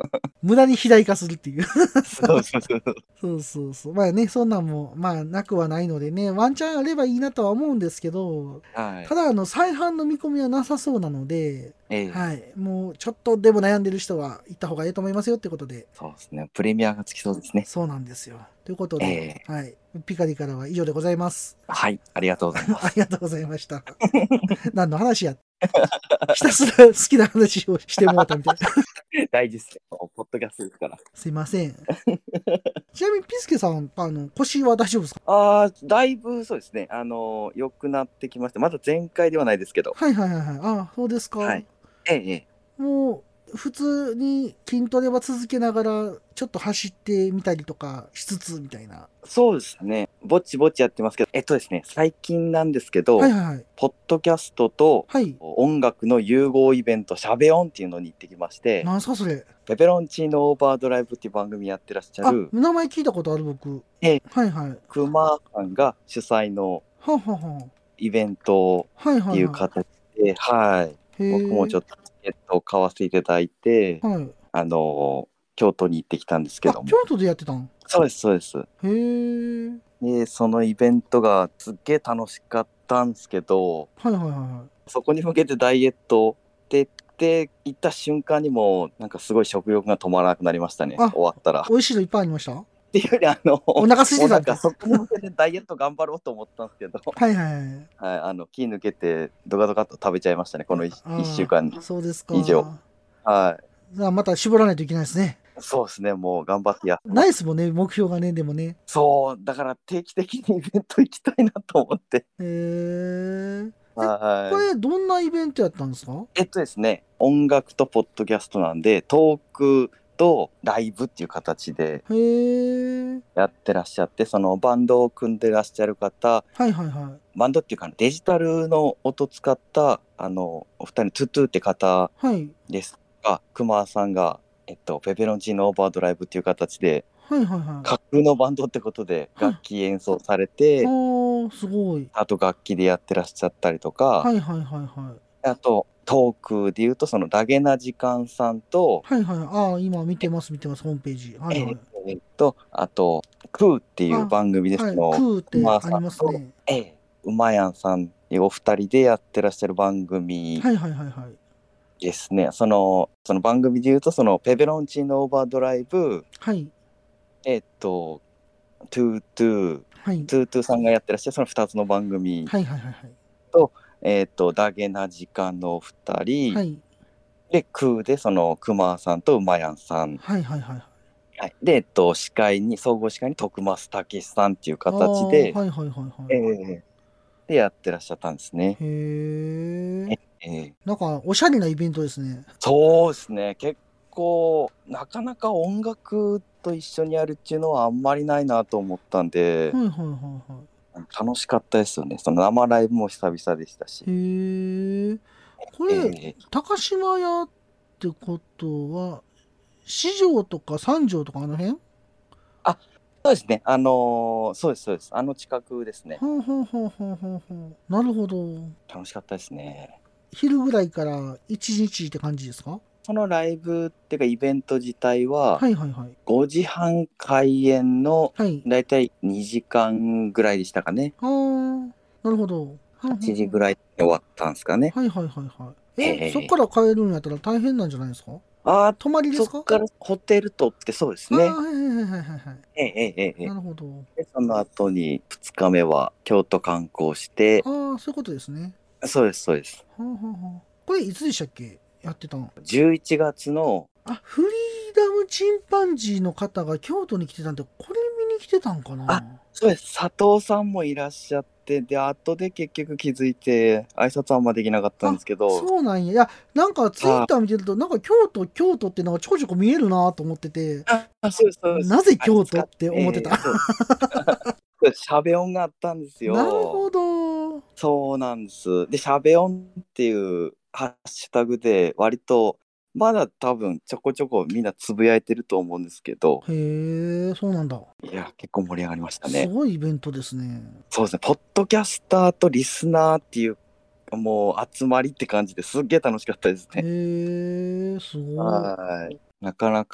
無駄に肥大化するっていう。 そうそうそう。 そうそうそう。まあね、そんなんも、まあ、なくはないのでね、ワンチャンあればいいなとは思うんですけど、 はい。 ただ、再販の見込みはなさそうなので、 ええ。 はい。もう、ちょっとでも悩んでる人は行った方がいいと思いますよってことで、 そうですね。プレミアがつきそうですね。 そうなんですよ。ということえで、 え。 はい。ピカリからは以上でございます。 はい。ありがとうございまありす。 がとうございました。何の話や。ひたすら好きな話をしてもうたみたいな。 大事っすね。ポッドキャストですから。 すいません。ちなみに、ピスケさん、腰は大丈夫ですか？ ああ、だいぶそうですね。良くなってきました。まだ全開ではないですけど。 はいはいはいはい。ああ、そうですか。 はい。ええ、ええ。 もう、普通に筋トレは続けながら、ちょっと走ってみたりとかしつつみたいな。 そうですね。ぼちぼちやってますけど、ですね、最近なんですけど、 はいはいはい。 ポッドキャストとはい。 音楽の融合イベント、しゃべ音っていうのに行ってきまして、 なんすかそれ。 ペペロンチーノオーバードライブっていう番組やってらっしゃあ、 る、 名前聞いたことある僕。はいはい。 クマさんが主催のはんはんはん。 イベントはいっていうはいは形で、はい。 い。へえ。 僕もちょっとチケットを買わせていただいて、 はい。 京都に行ってきたんですけあ、 ども。 京都でやってたん？ そうです、そうです。 へえ。 で、そのイベントがすっげえ楽しかったんですけど、 はいはいはいはい。 そこに向けてダイエットって行った瞬間にもなんかすごい食欲が止まらなくなりましたね。 あ、 終わったら。っ美味しいのいっぱいありました？ ていうよりお腹空いもうなんてたみたいな。 かそこに向けてダイエット頑張ろうと思ったんですけど、 はいはいはい。 はい、気抜けてドカドカと食べちゃいましたね。この1週間ああ、そうです以上。 か。 はじゃあまた絞らないといけないですね。 い。そうですね。もう頑張ってやってます。 ないですもんね、目標がね、でもね。 そう、だから定期的にイベント行きたいなと思って。 へえ。こはい。 れ、どんなイベントやったんですか？ ですね、音楽とポッドキャストなんで、トークとライブっていう形でへえ。 やってらっしゃって、そのバンドを組んでらっしゃる方、 はいはいはい。 バンドっていうかデジタルの音使ったお二人トゥトゥって方はい。 ですが、熊さんがペペロンチーノオーバードライブっていう形ではいはいはい。 架空のバンドってことではい。 楽器演奏されあて、 あ、すごい。 あと楽器でやってらっしゃったりとか、 はいはいはいはい。 あとトークで言うとそのダゲな時間さんと、 はいはい。ああ、今見てます見てます、ホームページ。はいはい。 あとクーっていうあ、 番組ではい。 すの空って熊ありさんと、 ますね。 馬やんさんっていうお二人でやってらっしゃる番組はいはいはいはい。 ですね。その番組で言うと、そのペペロンチーノオーバードライブ、 はい。 トゥートゥー、 はい。 トゥートゥーさんがやってらっしゃるその2つの番組はいはいはいはい。 と、ダゲな時間のお二人、 はい。 で、クーでそのクマさんと馬やんさん。 はいはいはいはい。 はい、で、総合司会に徳増武さんっていうああ、 形で、 はいはいはいはえーでやってらっしゃったんですね。 い。へえ。 えーなんか、おしゃれなイベントですね。 そうですね。結構、なかなか音楽と一緒にやるっていうのはあんまりないなと思ったんで、 はいはいはいは楽しかったですよね。その生ライブも久々でしたし。 い。へえ。これ、 えー高島屋ってことは、四条とか三条とかあの辺？ あ、そうですね。そうです、そうです。近くですね。 ほうほうほうほうほうほう。なるほど。 楽しかったですね。 昼ぐらいから一日って感じですか？ そのライブっていうかイベント自体は、 はいはいはい。 5時半開演のはい。 だいたい2時間ぐらいでしたかね。 あー、なるほど。はんはん 8時はん。 ぐらいで終わったんですかね。 はいはいはいはい。そっええから帰るんやったら大変なんじゃないですか？ ああ、 泊まりですか？ そっからホテル取ってそうですああー、 ね。 はいはいはいはいはいはい。なええるほど。 で、その後に2日目は京都観光して、 ああ、そういうことですね。 そうです、そうです。 はあはあはあ。これいつでしたっけ？やってたの。 11月の、 あ、フリーダムチンパンジーの方が京都に来てたんで、これ見に来てたんかな？ あ、そうです、佐藤さんもいらっしゃって、で、後で結局気づいて、挨拶はあんまできなかったんであ、 すけど、 そうなんや。いや、なんかツイッあター見てると、なんか京都ってなんかちょこちょこ見えるなと思ってて、 そうです、そうです。 なぜあれ京都って使って、 思ってた。 そう、しゃべ音があったんですなるよ。 ほど。 そうなんです。で、しゃべ音っていうハッシュタグで、割と、まだ多分ちょこちょこみんなつぶやいてると思うんですけど、 へえ、そうなんだ。 いや、結構盛り上がりましたすね。 ごいイベントですね。 そうですね、ポッドキャスターとリスナーっていう、もう集まりって感じですっげえ楽しかったですね。 へえ、すごい。 はい。なかなか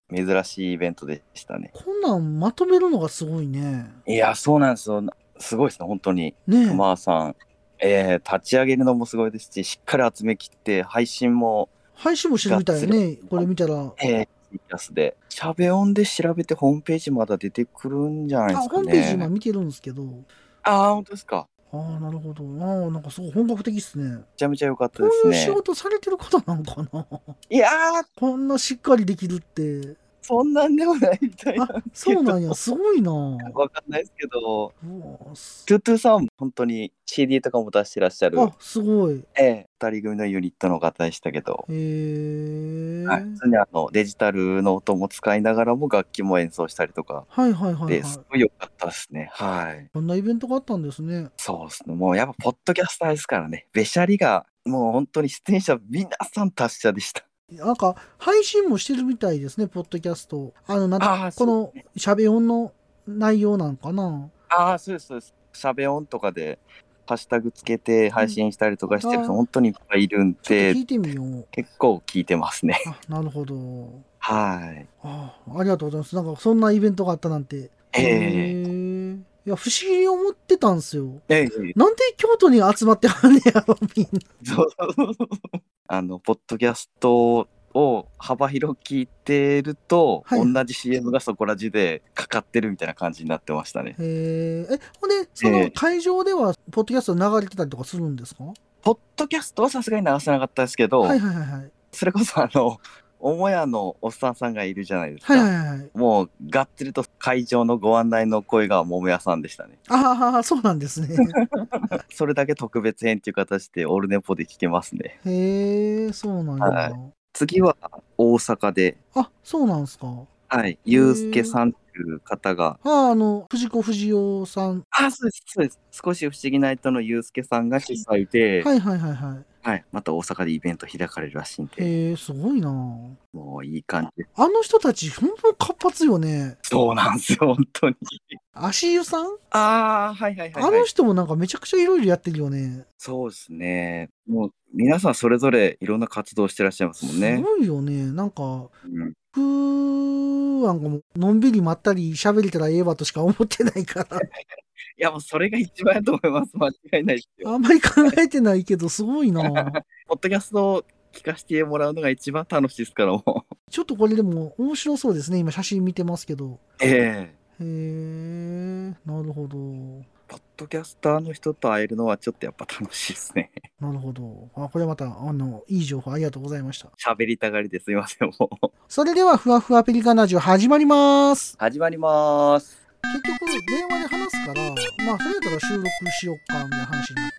珍しいイベントでしたね。 こんなんまとめるのがすごいね。 いや、そうなんですよ。すごいですね、本当に。 ねえ。 熊さん、立ち上げるのもすごいですし、しっかり集めきって、配信も配信もしてるみたいよね。これ見たら。 ツイキャスで。しゃべ音で調べてホームページまだ出てくるんじゃないですかね。 ホームページ今見てるんですけど。 本当ですか。 なるほど。なんかすごい本格的っすね。 めちゃめちゃ良かったこういうですね。 仕事されてる方なのかな。 いやー、 こんなしっかりできるって。 そんなんでもないみたいなんですけど。 そうなんや。すごいな。 わかんないですけど、 トトゥトゥさんも本当に CD とかも出してらっしゃる。 すごい。 二人組のユニットの方でしたけど。 へえ。 普通にデジタルの音も使いながらも楽器も演奏したりとか。 はいはいはい、はい。 すごい良かったですね。はい。 こんなイベントがあったんですね。 そうですね。もうやっぱポッドキャスターですからね。べしゃりがもう本当に出演者皆さん達者でした。 なんか配信もしてるみたいですね、ポッドキャスト。このしゃべ音の内容なんかな。 そうです、そうです。しゃべ音とかでハッシュタグつけて配信したりとかしてる人、本当にいっぱいいるんで、 ちょっと聞いてみよう。 結構聞いてますね。 なるほど。 はい。 ありがとうございます。なんかそんなイベントがあったなんて。いや、不思議に思ってたんですよ。なんで京都に集まってはんねやろ、みんな。 ポッドキャストを幅広く聞いてると、同じ CM がそこら中でかかってるみたいな感じになってましたね。 ほんで、その会場では、ポッドキャスト流れてたりとかするんですか？ ポッドキャストはさすがに流せなかったですけど、それこそ母屋のおっさんがいるじゃないですか。もうがっつりと会場のご案内の声が桃屋さんでしたね。 そうなんですね。 それだけ特別編っていう形でオルネポで聞けますね。 そうなんや。 次は大阪で。 そうなんですか。 ゆうすけさんっていう方が。 藤子不二雄さん。 そうです、そうです。少し不思議な人のゆうすけさんが主催で。また大阪でイベント開かれるらしいんで。 すごいな。 もういい感じ。 あの人たち、本当活発よね。 そうなんですよ、本当に。 足湯さん？ あの人もなんかめちゃくちゃいろいろやってるよね。 そうですね。もう皆さんそれぞれいろんな活動してらっしゃいますもんね。 すごいよね。なんか、なんかものんびりまったり喋れたらええわとしか思ってないから。 いや、もうそれが一番やと思います。間違いないですよ。 あんまり考えてないけど、すごいな。 ポッドキャストを聞かせてもらうのが一番楽しいですからもう。 ちょっとこれでも面白そうですね。今写真見てますけど。なるほど。 ポッドキャスターの人と会えるのはちょっとやっぱ楽しいですね。 なるほど。これまた、いい情報ありがとうございました。 喋りたがりですいません、もう。 それでは、ふわふわペリカンラジオ始まります。 始まります。 結局、電話で話すから、それやったら収録しよっか、みたいな話になって。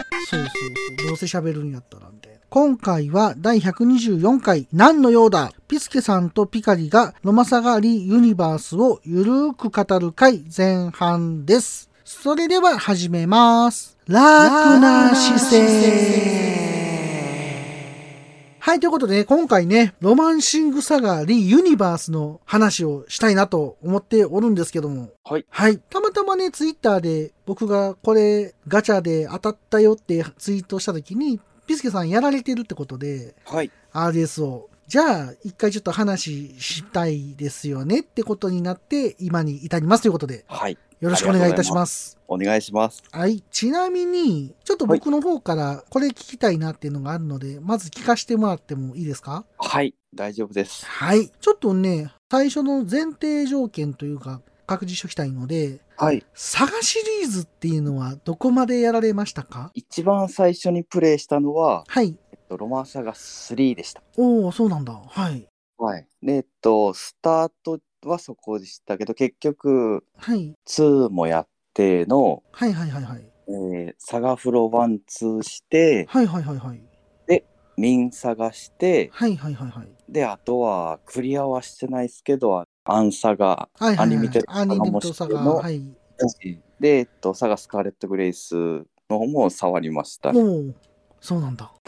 そう。どうせ喋るんやったら、みたいな。今回は第124回、何のようだ。ピスケさんとピカリがロマサガリユニバースをゆるーく語る回前半です。それでは始めます。楽な姿勢。はい、ということでね、今回ね、ロマンシングサガリユニバースの話をしたいなと思っておるんですけども。はい。たまたまね、ツイッターで僕がこれガチャで当たったよってツイートした時に、ピスケさんやられてるってことで、RS を。じゃあ、一回ちょっと話したいですよねってことになって、今に至りますということで。よろしくお願いいたします。 お願いします。 ちなみに、ちょっと僕の方からこれ聞きたいなっていうのがあるので、まず聞かせてもらってもいいですか？ 大丈夫です。 ちょっとね、最初の前提条件というか、確認しておきたいので、サガシリーズっていうのはどこまでやられましたか？ 一番最初にプレイしたのは、ロマンサガ3でした。 そうなんだ。 で、スタートはそこでしたけど、結局、2もやっての、サガフロ1、2して、で、ミンサガして、で、あとはクリアはしてないですけど、アンサガ、アニメテッドサガもしての、で、サガスカーレット・グレイスの方も触りました。 そうなんだ。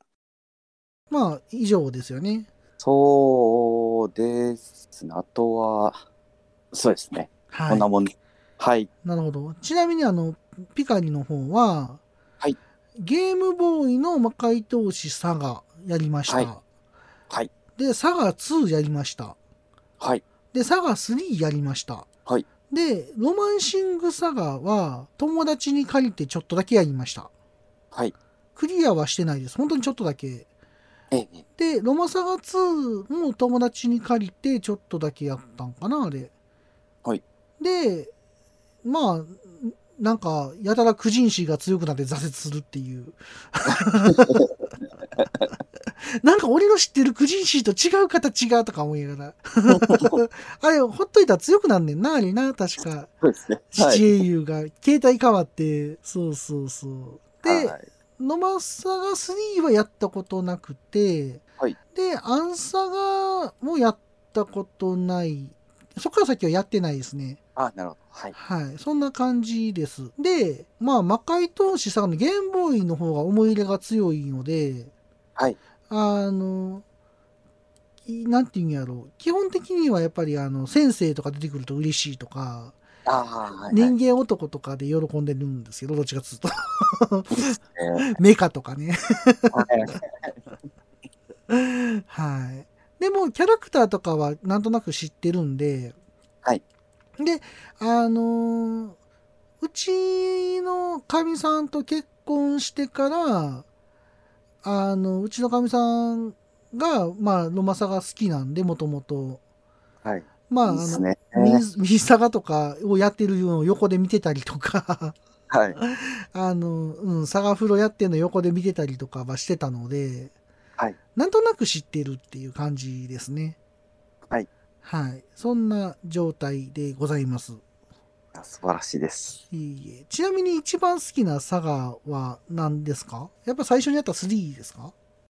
以上ですよね。 そうですね。あとは、そうですね。こんなもん。 なるほど。ちなみにピカリの方は、ゲームボーイの魔界闘士サガやりました。 で、サガ2やりました。 はい。 で、サガ3やりました。 はい。 で、ロマンシングサガは友達に借りてちょっとだけやりました。 はい。 クリアはしてないです。本当にちょっとだけ。で、ロマサガ2も友達に借りてちょっとだけやったんかな、あれ。 はい。 で、まあ、なんか、やたら苦人誌が強くなって挫折するっていう。なんか俺の知ってる苦人誌と違う形がとか思いながら。あれ、ほっといたら強くなんねんな、あれな、確か。 そうですね。 七英雄が、携帯変わって、そうそうそう。で、ノマサガ3はやったことなくて、 はい、 で、アンサガもやったことない。そこから先はやってないですね。 あ、なるほど。はい。 はい。そんな感じです。で、まあ、魔界闘士さんのゲームボーイの方が思い入れが強いので、 はい。 なんていうんやろう。基本的にはやっぱり先生とか出てくると嬉しいとか、人間男とかで喜んでるんですけど、どっちかというと。メカとかね。はい。でも、キャラクターとかはなんとなく知ってるんで、 はい。 で、うちのかみさんと結婚してから、うちのかみさんが、まあ、ロマサが好きなんで、もともと。 はい。 まあ、ミサガとかをやってるのを横で見てたりとか、 はい。 サガフロやってるの横で見てたりとかはしてたので、 はい。 なんとなく知ってるっていう感じですね。 はい。 はい。そんな状態でございます。 素晴らしいです。 ちなみに一番好きなサガは何ですか？やっぱ最初にやった3ですか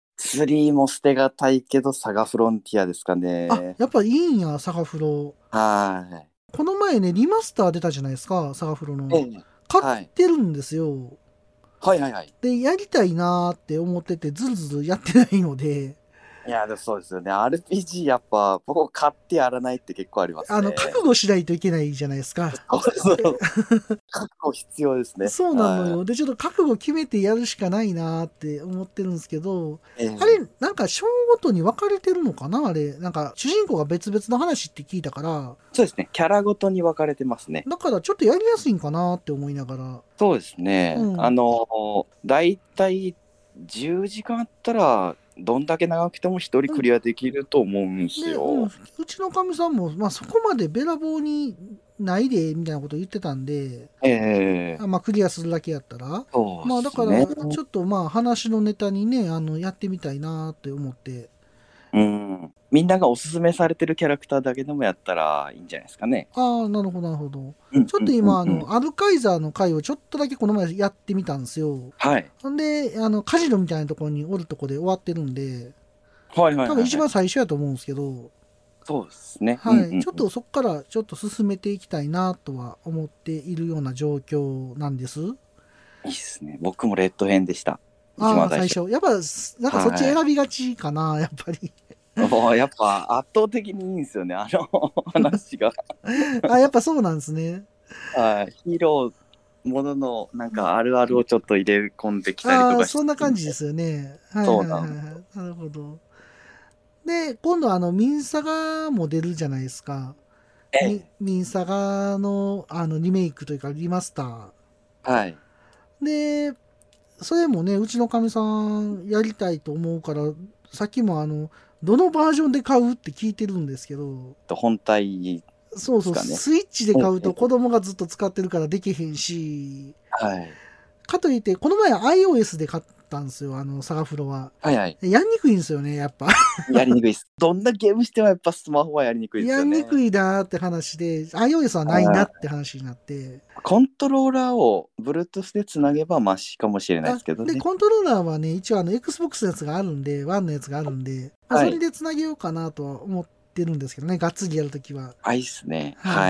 ？3も捨てがたいけど、サガフロンティアですかね。 あ、やっぱいいんや、サガフロ。 はい。 この前ね、リマスター出たじゃないですか、サガフロの。買ってるんですよ。 はいはいはい。 で、やりたいなーって思ってて、ずるずるやってないので。 いや、でもそうですよね。RPG やっぱ、僕買ってやらないって結構ありますね。 覚悟しないといけないじゃないですか。 覚悟必要ですね。 そうなのよ。で、ちょっと覚悟決めてやるしかないなーって思ってるんですけど、あれ、なんか章ごとに分かれてるのかなあれ。なんか、主人公が別々の話って聞いたから。 そうですね。キャラごとに分かれてますね。 だからちょっとやりやすいんかなって思いながら。 そうですね。だいたい10時間あったら、どんだけ長くても一人クリアできると思うんですよ。 うちのかみさんも、まあそこまでべらぼうにないで、みたいなこと言ってたんで、まあクリアするだけやったら。まあだから、ちょっとまあ話のネタにね、やってみたいなって思って。 みんながおすすめされてるキャラクターだけでもやったらいいんじゃないですかね。 ああ、なるほど、なるほど。ちょっと今、アルカイザーの回をちょっとだけこの前やってみたんですよ。 はい。 ほんで、カジノみたいなところにおるとこで終わってるんで、 はいはい、 多分一番最初やと思うんですけど、 そうですね。 はい。ちょっとそこからちょっと進めていきたいなとは思っているような状況なんです。いいっすね。僕もレッド編でした。 ああ、最初。やっぱ、なんかそっち選びがちかな、やっぱり。 やっぱ圧倒的にいいんですよね、話が。 やっぱそうなんですね。 はい。ヒーローもののなんかあるあるをちょっと入れ込んできたりとかして。 そんな感じですよね。はいはいはい。なるほど。で、今度ミンサガも出るじゃないですか。ミンサガのリメイクというかリマスター。 はい。 で、それもね、うちのかみさんやりたいと思うから、さっきもどのバージョンで買うって聞いてるんですけど。 本体、 そうそう、スイッチで買うと子供がずっと使ってるからできへんし。 はい。 かといって、この前 iOS で買ったんですよ、サガフロは。 はいはい。 やりにくいんですよね、やっぱ。 やりにくいです。どんなゲームしてもやっぱスマホはやりにくいですよね。 やりにくいなーって話で、iOS はないなって話になって。 コントローラーを Bluetooth でつなげばマシかもしれないですけどね。 で、コントローラーはね、一応Xbox のやつがあるんで、1のやつがあるんで、それでつなげようかなとは思ってるんですけどね、がっつりやるときは。 いいっすね。 はい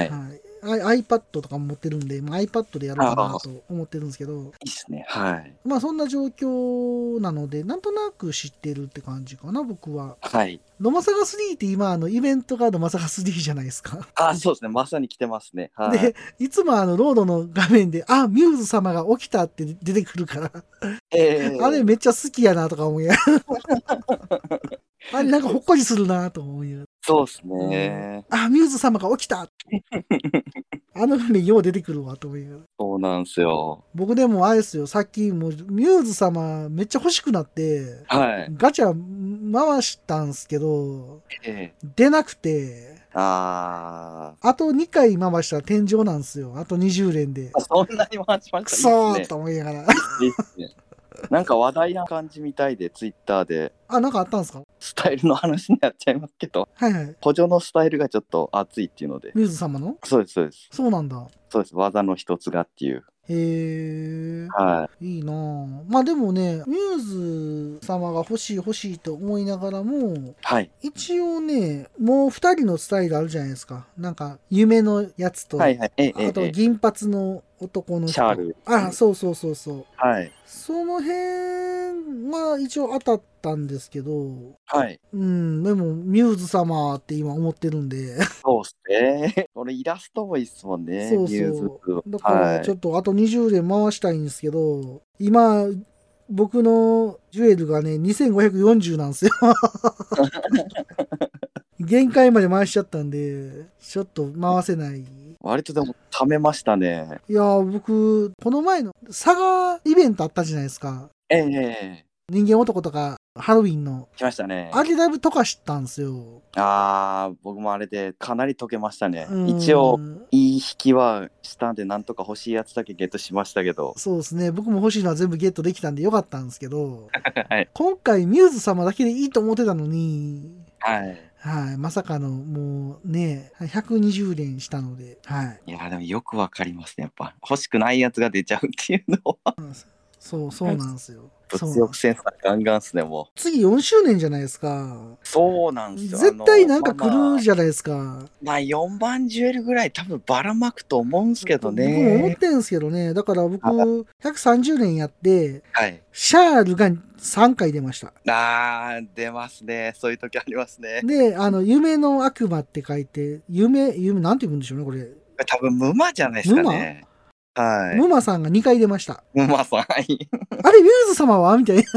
。iPad とかも持ってるんで、iPad でやろうかなと思ってるんですけど。 いいっすね。はい。 まあそんな状況なので、なんとなく知ってるって感じかな、僕は。 はい。 ロマサガ3って今イベントがロマサガ3じゃないですか。 そうですね。まさに来てますね。はい。 で、いつもロードの画面で、ミューズ様が起きたって出てくるから。あれめっちゃ好きやなとか思いや。 あれなんかほっこりするなと思いながら。 そうですね。 あ、ミューズ様が起きたあの船よう出てくるわと思いながら。 そうなんですよ。 僕でもあれですよ、さっきもうミューズ様めっちゃ欲しくなって、 はい。 ガチャ回したんすけど、 ええ。 出なくて、 ああと2回回したら天井なんですよ。あと20連で。 あ。そんなに回しました。 くそーいいっすね。 と思いながら。 いいっすね。なんか話題な感じみたいで、ツイッターで。 あ、なんかあったんですか？ スタイルの話になっちゃいますけど、 はいはい。 補助のスタイルがちょっと熱いっていうので。 ミューズ様の？ そうです、そうです。 そうなんだ。 そうです。技の一つがっていう。 へえ。 はい。 いいなぁ。まあでもね、ミューズ様が欲しい欲しいと思いながらも、 はい。 一応ね、もう二人のスタイルあるじゃないですか。なんか、夢のやつと、 はいはい。ええ、えあとえ、 銀髪の男の人。 シャール。 あ、そうそうそうそう。 はい。 その辺は一応当たったんですけど、 はい。 うん、でも、ミューズ様って今思ってるんで、 そうっすね。これイラストもいいっすもんね、 そうミューズ。 そう。だからちょはい。 っとあと20連回したいんですけど、今、僕のジュエルがね、2540なんですよ。限界まで回しちゃったんで、ちょっと回せない。 割とでも貯めましたね。 いやー、僕、この前のサガイベントあったじゃないですか。 ええ、ええ、 人間男とかハロウィンの。 来ましたね。 あれだいぶ溶かしたんですよ。 ああ、僕もあれでかなり溶けましたね。 う一応、 ん。 いい引きはしたんで、なんとか欲しいやつだけゲットしましたけど。 そうですね。僕も欲しいのは全部ゲットできたんでよかったんですけど、 はい。 今回ミューズ様だけでいいと思ってたのに、 はい。 はい、まさかのもうね、120連したので、はい。 いや、でもよくわかりますね。やっぱ、欲しくないやつが出ちゃうっていうのは。 そうなんですよ。そうなんです。 物欲センサーガンガンっすね、もう。 次4周年じゃないですか。 そうなんですよ。 絶対なんか来るじゃないですか。 まあ4番ジュエルぐらい多分ばらまくと思うんですけど僕も思っね。 てるんですけどね。だから僕、 はい。 130年やって、 はい。 シャールが3回出ました。 あー、出ますね。そういう時ありますね。 で、夢の悪魔って書いて、なんて言うんでしょうね、これ。 多分ムマじゃないですムマかね。はい。 ムマさんが2回出ました。 ムマさん、はい。 あれ、ミューズ様はみたい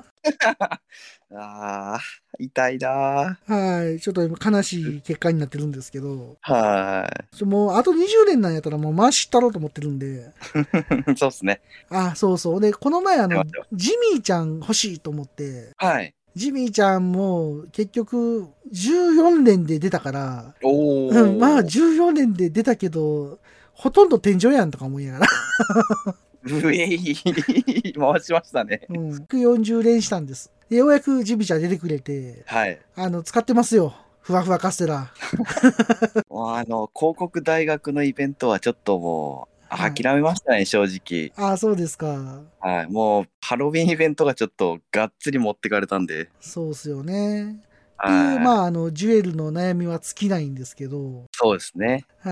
あー、痛いなな。はい。ちょっと今悲しい結果になってるんですけど。 ー。はもう、あと20年なんやったらもう回したろうと思ってるんで。 い。そうっすね。 あ、そうそう。で、この前出ましたよ。 ジミーちゃん欲しいと思って、 はい。 ジミーちゃんも結局14連で出たから、まあおー。 14連で出たけど、ほとんど天井やんとか思いながら。 うえい回しましたね。 140連したんです。でようやくジミーちゃん出てくれて、 はい。 使ってますよ。ふわふわカステラ。 もう広告大学のイベントはちょっともうはい。 諦めましたね、正直。 ああ、そうですか。 はい。もうハロウィンイベントがちょっとがっつり持ってかれたんで。 そうっすよね。っていう、 はい。 ジュエルの悩みは尽きないんですけど、 そうですね。 はい。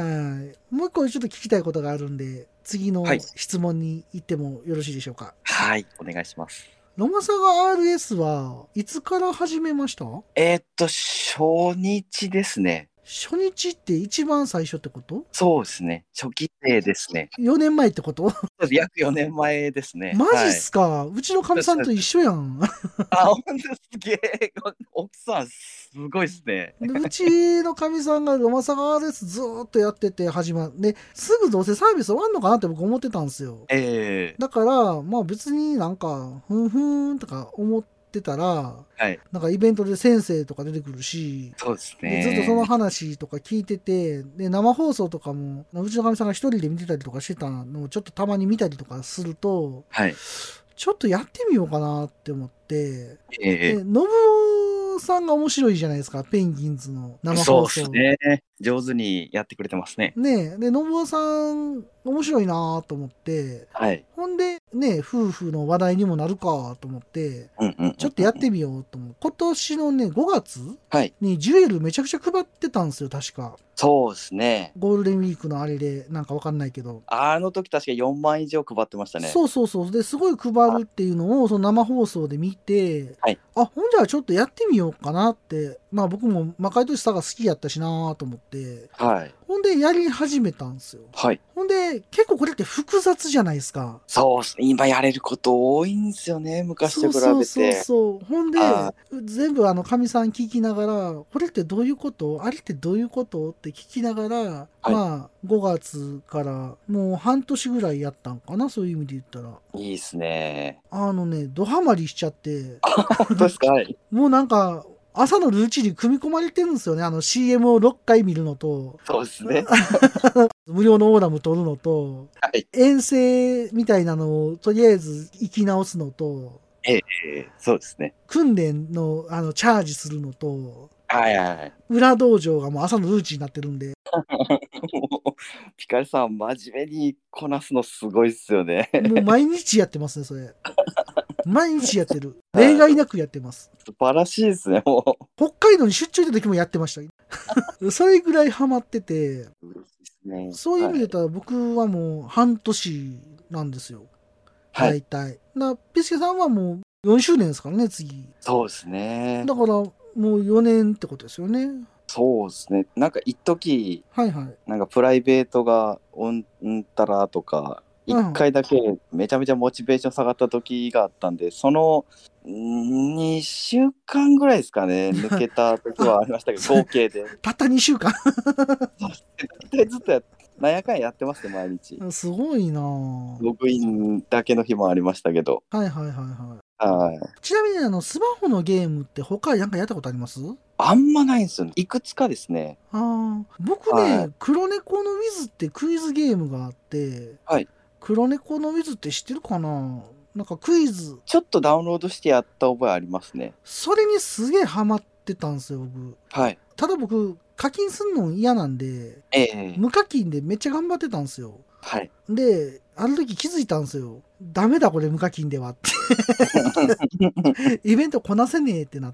もう一個ちょっと聞きたいことがあるんで、次はい。 の質問に行ってもよろしいでしょうか。 はい。お願いします。 ロマサガ RS はいつから始めました？ 初日ですね。 初日って一番最初ってこと？ そうですね。初期生ですね。 4 年前ってこと？ そうです。約4年前ですね。 マジっはい。 すか？うちのかみさんと一緒やん。 あ、ほんとすげえ。奥さん、すごいっすね。 でうちのかみさんがロマサガ RS ずーっとやってて始まって、すぐどうせサービス終わんのかなって僕思ってたんですよ。 ええ、 だから、まあ別になんか、ふんふーんとか思ってたら、 はい。 なんかイベントで先生とか出てくるし、 そうですで、ずっとそのね。 話とか聞いてて、で、生放送とかも、うちのかみさんが一人で見てたりとかしてたのをちょっとたまに見たりとかすると、 はい。 ちょっとやってみようかなって思って、で、 ええ、 信夫さんが面白いじゃないですか、ペンギンズの生そうっす放送。 ね。上手にやってくれてますね。 ねえ、で、信夫さん面白いなと思って、 はい。 ほんで、ね、夫婦の話題にもなるかと思って、 うんうんうんちょっとやってみようと思う。今年のね、5月はい。 にジュエルめちゃくちゃ配ってたんですよ、確か。 そうですね。 ゴールデンウィークのあれで、なんかわかんないけど。 あの時確か4万以上配ってましたね。 そうそうそう。で、すごい配るっていうのを、その生放送で見て、 はい。 あ、ほんじゃあちょっとやってみようかなって。まあ僕も魔界都市サガ好きやったしなと思って。 はい。 ほんでやり始めたんですよ。 はい。 ほんで、結構これって複雑じゃないですか。 そうっす。 今やれること多いんですよね、昔と比べて。 そう。ほんで、全部かみさん聞きながら、これってどういうこと？あれってどういうこと？って聞きながら、 はい、 まあ、5月からもう半年ぐらいやったんかな、そういう意味で言ったら。 いいっすね。 ドハマりしちゃって。 本当ですか？はい。 もうなんか、朝のルーチンに組み込まれてるんですよね。CM を6回見るのと、 そうですね。 無料のオーラム取るのと、 はい。 遠征みたいなのをとりあえず生き直すのと、 そうですね。 訓練のチャージするのと、 はい。 裏道場がもう朝のルーチンになってるんで、 ピカルさん、真面目にこなすのすごいっすよね。 もう毎日やってますね、それ。毎日やってる。例外なくやってます。 素晴らしいですね、もう。 北海道に出張行った時もやってました。それぐらいハマってて、そういう意味で言ったら僕はもう半年なんですよ。 はい。 大体。ピスケさんはもう4周年ですからね、次。 そうですね。 だからもう4年ってことですよね。 そうですね。なんか一時、 はいはい。 なんかプライベートがうんたらとか、一回だけめちゃめちゃモチベーション下がった時があったんで、その2週間ぐらいですかね、抜けた時はありましたけど、合計で。 たった2週間大体ずっとなんやかんやってますね、毎日。 すごいなぁ。 ログインだけの日もありましたけど。 はい。ちなみにスマホのゲームって他なんかやったことあります？ あんまないんですよね。いくつかですね。 僕ね、黒猫のウィズってクイズゲームがあって、 はい。 黒猫のウィズって知ってるかな？なんかクイズ。 ちょっとダウンロードしてやった覚えありますね。 それにすげえハマってたんですよ、僕。 はい。 ただ僕、課金すんの嫌なんで、無課金でめっちゃ頑張ってたんですよ。 はい。 で、ある時気づいたんですよ。ダメだこれ無課金ではって。イベントこなせねえってなって、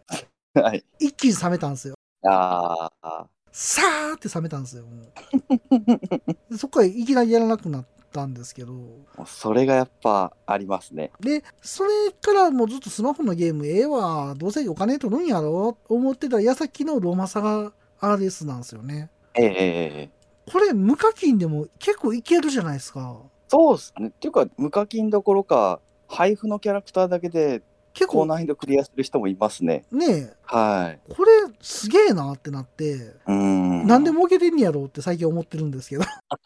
はい。 一気に冷めたんですよ。さーって冷めたんですよ。そこからいきなりやらなくなったんですけど。 それがやっぱありますね。 で、それからもうずっとスマホのゲームええわ、どうせお金取るんやろ思ってた矢先のロマサガ RS なんですよね。これ無課金でも結構いけるじゃないですか。 そうですね。っていうか無課金どころか配布のキャラクターだけで結構高難易度クリアする人もいますね。 ねえ。 はい。 これすげえなってなって、なんで儲けてんやろうって最近思ってるんですけど。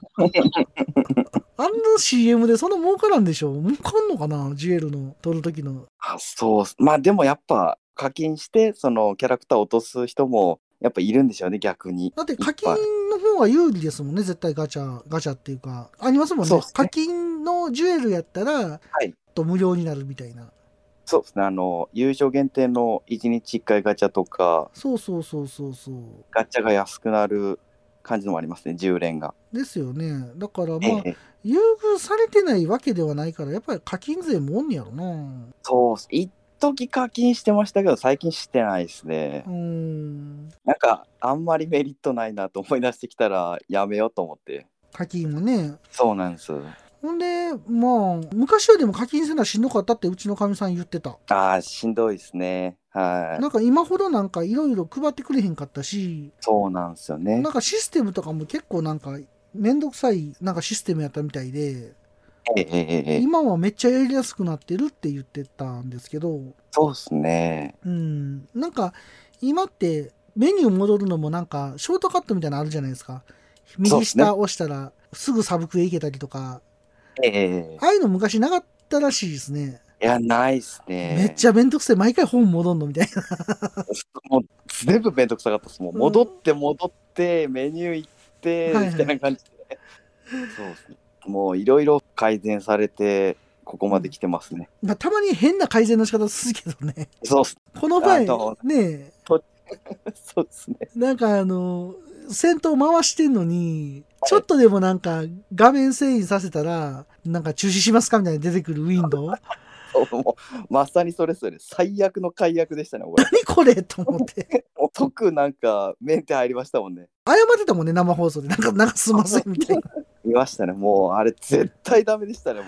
あんな CM でそんな儲からんでしょ？儲かんのかな？ジュエルの取る時の。 そう。まあでもやっぱ課金してそのキャラクターを落とす人もやっぱいるんでしょうね、逆に。 だって課金の方が有利ですもんね、絶対ガチャっていうか。ありますもんね。課金のジュエルやったら、無料になるみたいな。 そうですね。優勝限定の1日1回ガチャとか、 そう。 ガチャが安くなる感じのもありますね、10連が。 ですよね。だから優遇されてないわけではないから、やっぱり課金税もおんねやろな。 そう、一時課金してましたけど、最近してないですね。なんか、あんまりメリットないなと思い出してきたら、やめようと思って。 課金もね。 そうなんです。 ほんで、昔よりも課金せなしんどかったってうちのかみさん言ってた。 しんどいですね。はい。 なんか今ほどなんかいろいろ配ってくれへんかったし、 そうなんですよね。 なんかシステムとかも結構なんかめんどくさいなんかシステムやったみたいで、今はめっちゃやりやすくなってるって言ってたんですけど、 そうですね。 なんか今ってメニュー戻るのもなんかショートカットみたいなのあるじゃないですか。右下押したらすぐサブクエ行けたりとか、ああいうの昔なかったらしいですね。 いや、ないっすね。 めっちゃめんどくさい。毎回本戻んのみたいな。 もう全部めんどくさかったです。もう戻ってメニュー行ってみたいな感じで。そうですね。もういろいろ改善されてここまで来てますね。 たまに変な改善の仕方するけどね。 そうっす。 この前ね、 そうですね。 なんか戦闘回してんのに、ちょっとでもなんか画面遷移させたら、なんか中止しますかみたいに出てくるウィンドウ。 もうまさにそれ最悪の解約でしたね。 何これと思って。 即なんかメンテ入りましたもんね。 謝ってたもんね、生放送で。なんかすいませんみたいな。 見ましたね。もうあれ絶対ダメでしたね、もう。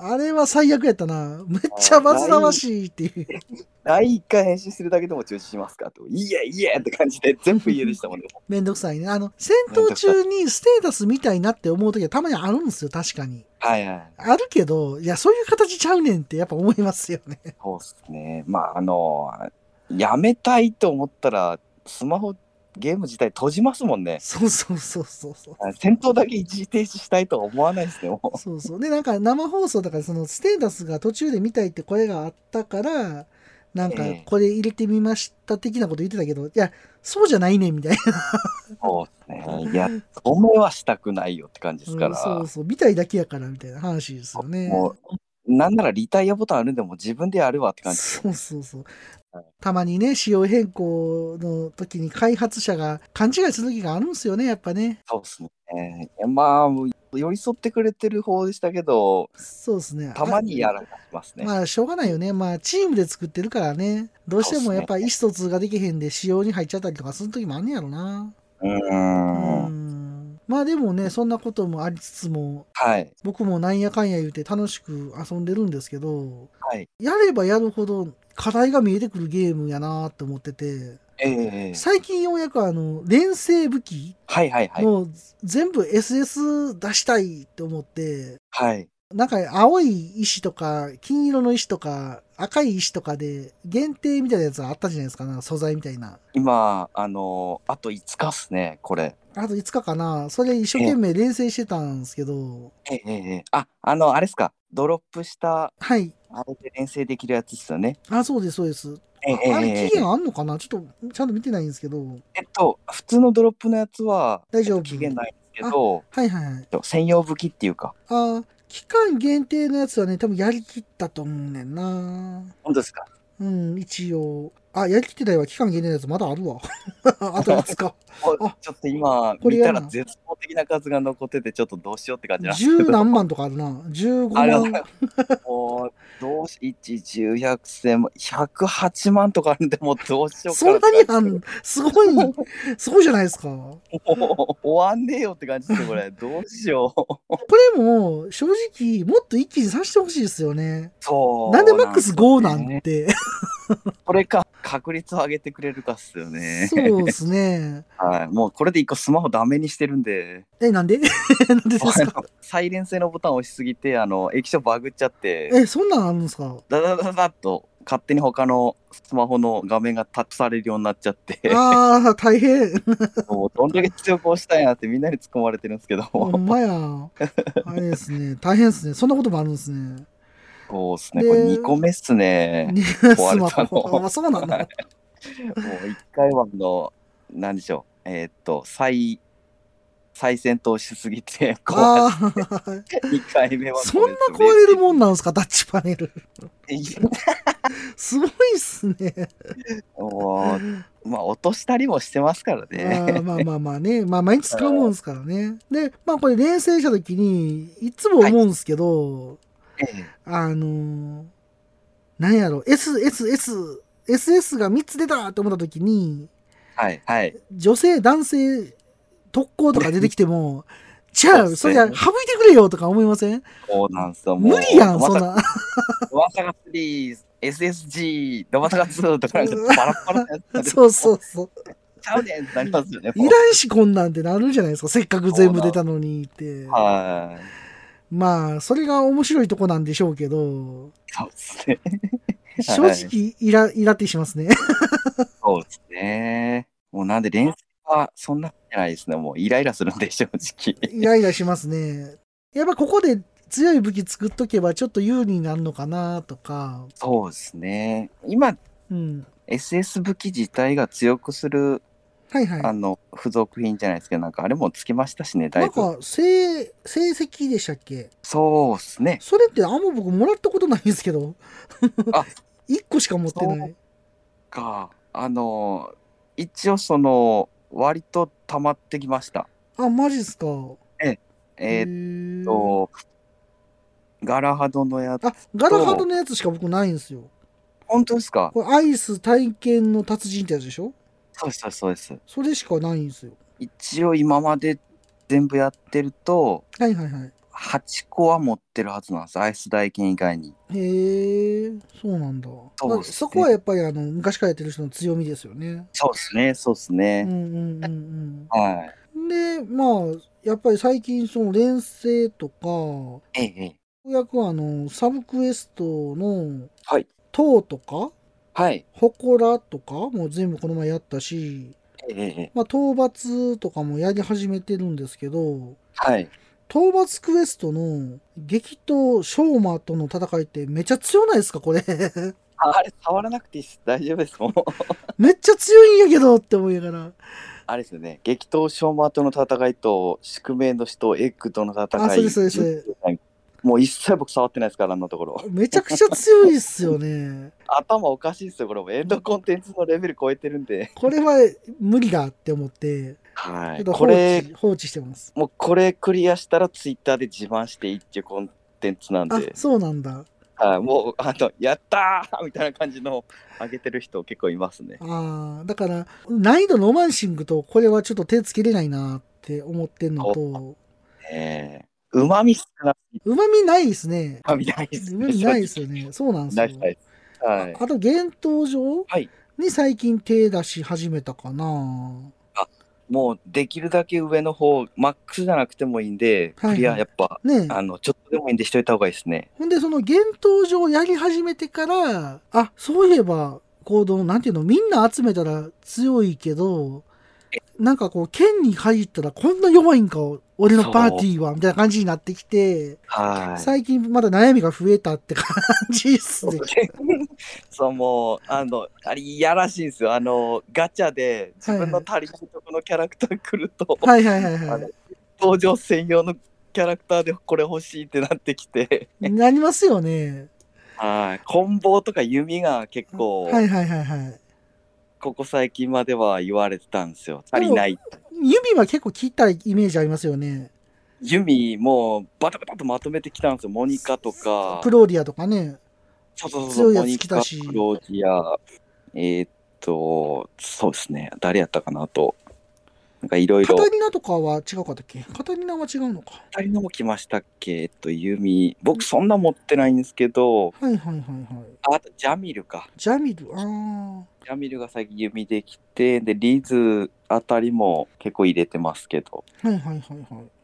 あれは最悪やったな。めっちゃ煩わしいっていう。 一回編集するだけでも中止しますかと。いえいえって感じで全部家でしたもんね。 めんどくさいね。戦闘中にステータス見たいなって思うときはたまにあるんですよ、確かに。 はいはい。 あるけど、いや、そういう形ちゃうねんってやっぱ思いますよね。 そうっすね。まあ、やめたいと思ったら、スマホ、ゲーム自体閉じますもんね。 そうそうそうそうそう。 戦闘だけ一時停止したいとは思わないですね、もう。 そうそう。で、なんか生放送だから、そのステータスが途中で見たいって声があったから、なんかこれ入れてみました的なこと言ってたけど、いや、そうじゃないねんみたいな。 そうですね。いや、止めはしたくないよって感じですから。 そうそう。見たいだけやからみたいな話ですよね。 もう、なんならリタイアボタンあるんでも自分でやるわって感じ。 そうそうそう。たまにね、仕様変更の時に開発者が勘違いする時があるんですよね、やっぱね。 そうですね。まあ、寄り添ってくれてる方でしたけど、 そうですね。 たまにやらかしますね。 まあ、しょうがないよね。まあ、チームで作ってるからね。どうしてもやっぱ意思疎通ができへんで仕様に入っちゃったりとかする時もあんねやろな。まあでもね、そんなこともありつつも、 はい、 僕もなんやかんや言うて楽しく遊んでるんですけど、 はい、 やればやるほど課題が見えてくるゲームやなって思ってて、最近ようやく連成武器の全部 SS 出したいって思って、 はい、 なんか青い石とか金色の石とか赤い石とかで限定みたいなやつがあったじゃないですか、なんか素材みたいな。 今、あと5日っすね、これ。 あと5日かな。それ一生懸命連成してたんですけど。 あれっすか。ドロップした、 はい。 あれで連成できるやつっすよね。 あ、そうです、そうです。あれ期限あんのかな、ちょっとちゃんと見てないんですけど。 普通のドロップのやつは、 大丈夫。 期限ないんですけど、 はいはいはい。 専用武器っていうか。 期間限定のやつはね、多分やりきったと思うねんな。 本当ですか？ うん、一応。やりきってないわ。期間限定のやつまだあるわ。あと5日。 ちょっと今、見たら絶望的な数が残ってて、ちょっとどうしようって感じなんですけど。 10何万とかあるな。15万。 もう、1、10、100、1000、108万とかあるんで、もうどうしようかな。そんなにすごいじゃないですか。 もう終わんねえよって感じですよ、これ。どうしよう。これも、正直、もっと一気にさせてほしいですよね。 そう。 なんでマックス5なんて。 これか、確率を上げてくれるかっすよね。 そうですね。 はい。もうこれで一個スマホダメにしてるんで。 なんでなんでですか？ サイレン性のボタンを押しすぎて、液晶バグっちゃって。 そんなんあるんですか？ ダダダダッと勝手に他のスマホの画面がタッチされるようになっちゃって。 大変。 もうどんだけ強く押したいなってみんなに突っ込まれてるんですけど。 ほんまや。あれですね。大変ですね。そんなこともあるんですね。 そうですね。これ2個目っすね。 壊れたの。そうなんだ。 もう1回は何でしょう。再戦闘しすぎて壊して2回目はそんな壊れるもんなんですか、タッチパネル。すごいっすね。 まあ落としたりもしてますからね。 まあね。まあ毎日使うもんですからね。で、まあこれ連成した時に、いつも思うんですけど、なんやろ、SS が3つ出たって思った時に、女性、男性、特攻とか出てきても、じゃあ、そりゃ省いてくれよとか思いません？ そうなんすよ。 無理やん、そんな。 ドマサガ3、SSG、ドマサガ2とかなんかバラバラなやつ。 そうそうそう。 ちゃうねんってなりますよね。 いらんし、こんなんってなるじゃないですか。せっかく全部出たのにって。まあ、それが面白いとこなんでしょうけど。 そうですね。 正直、イラってしますね。 そうですね。もうなんで連戦はそんなじゃないですね。もうイライラするんで、正直。 イライラしますね。やっぱここで強い武器作っとけばちょっと有利になるのかなとか。 そうですね。今、SS 武器自体が強くする、付属品じゃないですけど、なんかあれもつきましたしね、だいぶ。 なんか、成績でしたっけ？ そうですね。 それってあんま僕もらったことないんですけど。1個しか持ってない。 一応割と溜まってきました。 マジっすか。 ガラハドのやつ。 ガラハドのやつしか僕ないんですよ。 本当ですか？ これアイス体験の達人ってやつでしょ？ そうです。 それしかないんですよ。 一応今まで全部やってると、 8個は持ってるはずなんです。アイス大剣以外に。 へえ、そうなんだ。 そうですね。 そこはやっぱり昔からやってる人の強みですよね。 そうですね、そうですね。 うんうんうんうん。 はい。 で、まあ、やっぱり最近その連星とか、 ええ、 ようやくサブクエストの、 はい。 塔とか、 はい。 祠とかも全部この前やったし、 ええ、 まあ、討伐とかもやり始めてるんですけど、 はい。 討伐クエストの激闘ショーマとの戦いってめっちゃ強ないですか、これ。 あれ、触らなくていいです。大丈夫です。もう。 めっちゃ強いんやけどって思いながら。 あれですよね。激闘ショーマーとの戦いと、宿命の死とエッグとの戦い。 あ、そうです、そうです。 もう一切僕触ってないですから、あんなところ。 めちゃくちゃ強いっすよね。 頭おかしいっすよ、これも。エンドコンテンツのレベル超えてるんで。 これは無理だって思って、 はい。 ちょっと放置してます。 もうこれクリアしたらツイッターで自慢していいっていうコンテンツなんで。 あ、そうなんだ。 はい、もうやったーみたいな感じの上げてる人結構いますね。 ああ、だから難易度ロマンシングとこれはちょっと手つけれないなって思ってんのと、 うまみ少なすぎて。 うまみないですね。 うまみないですね。 うまみないですよね。そうなんですよ。 ないです。はい。 あと、幻冬場はい。 に最近手出し始めたかな。 あ、もうできるだけ上の方、マックスじゃなくてもいいんで、クリアやっぱ、 ねちょっとでもいいんでしといた方がいいですね。 ほんで、その幻冬場やり始めてから、あ、そういえば、なんていうの、みんな集めたら強いけど、なんかこう、剣に入ったらこんな弱いんか、俺のパーティーは、みたいな感じになってきて、 はい。 最近まだ悩みが増えたって感じっすね。 そう、もう、あれ、いやらしいんですよ。ガチャで自分の足りないとこのキャラクター来ると、 はいはいはいはい。 登場専用のキャラクターでこれ欲しいってなってきて。 なりますよね。 はい。コンボとか弓が結構、 はいはいはいはい。 ここ最近までは言われてたんですよ。足りない。 指は結構切ったイメージありますよね。 弓もバタバタとまとめてきたんですよ。モニカとか。 クローディアとかね。 そう、 強いやつ来たし。 モニカ、クローディア、そうですね。誰やったかなと。なんかいろいろ。 カタリナとかは違うかったっけ？カタリナは違うのか。 カタリナも来ましたっけ？弓。僕そんな持ってないんですけど。 はいはいはいはい。 あと、ジャミルか。 ジャミル、ああ。 ジャミルが最近弓できて、で、リズあたりも結構入れてますけど。 はいはいはいはい。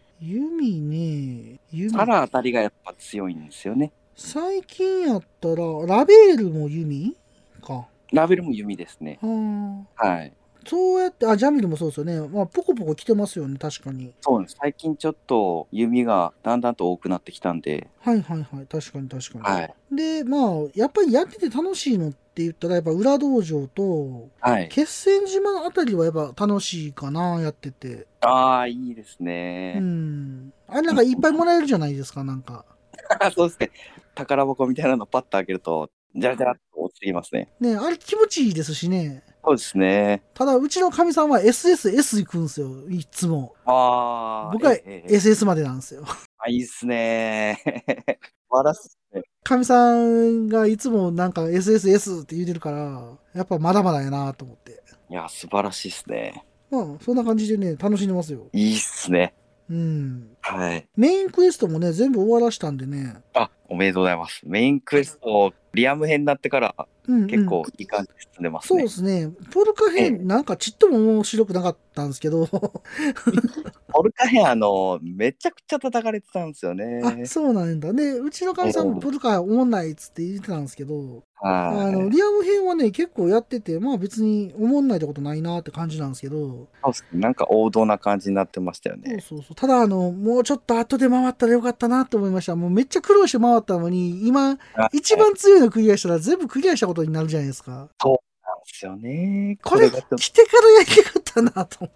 弓ね。 サラあたりがやっぱ強いんですよね。 最近やったら、ラベールも弓か。 ラベルも弓ですね。はい。 そうやって、ジャミルもそうですよね。まあ、ポコポコ来てますよね、確かに。 そうです。最近ちょっと弓がだんだんと多くなってきたんで。 はいはいはい。確かに確かに。 はい。 で、まあ、やっぱりやってて楽しいのって言ったら、やっぱ裏道場と、 はい。 決戦島あたりはやっぱ楽しいかな、やってて。 ああ、いいですね。 あれなんかいっぱいもらえるじゃないですか、なんか。 そうですね。宝箱みたいなのパッと開けると、じゃらじゃらっと落ちてきますね。 ね、あれ気持ちいいですしね。 そうですね。 ただ、うちのかみさんは SSS 行くんですよ、いつも。僕は SS までなんですよ。 いいっすね。素晴らしいですね。 かみさんがいつもなんか SSS って言うてるから、やっぱまだまだやなと思って。 いや、素晴らしいですね。 まあ、そんな感じでね、楽しんでますよ。 いいっすね。 はい。メインクエストもね、全部終わらしたんでね。 おめでとうございます。メインクエスト、リアム編になってから、結構いい感じで進んでますね。 そうですね。ポルカ編、なんかちっとも面白くなかったんですけど。 ポルカ編、めちゃくちゃ叩かれてたんですよね。 そうなんだ。で、うちのかみさんもポルカおもんないっつって言ってたんですけど、リアム編はね、結構やってて、まあ別におもんないってことないなって感じなんですけど。 なんか王道な感じになってましたよね。 そう。ただ、もうちょっと後で回ったらよかったなと思いました。もうめっちゃ苦労して回ったのに、今、一番強いのクリアしたら全部クリアしたことになるじゃないですか。 そうなんですよね。 これ、来てからやりたかったなと思って。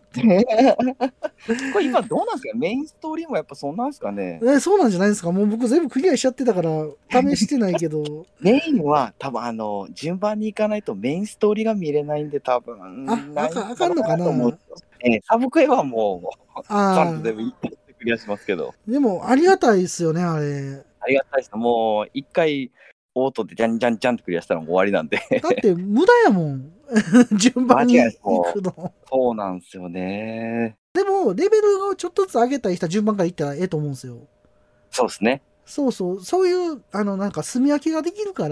これ今どうなんですか？メインストーリーもやっぱそんなんですかね？ そうなんじゃないですか？もう僕全部クリアしちゃってたから、試してないけど。 メインは多分順番に行かないとメインストーリーが見れないんで多分。 あかんのかな？ サブクエはもう、ちゃんと全部クリアしますけど。 でも、ありがたいですよね、あれ。 ありがたいです。もう、一回、オートでじゃんじゃんじゃんってクリアしたらもう終わりなんで。 だって無駄やもん。順番に行くの。 そうなんですよね。 でも、レベルをちょっとずつ上げたりした順番からいったらええと思うんですよ。 そうですね。 そういう、なんか、住み分けができるから、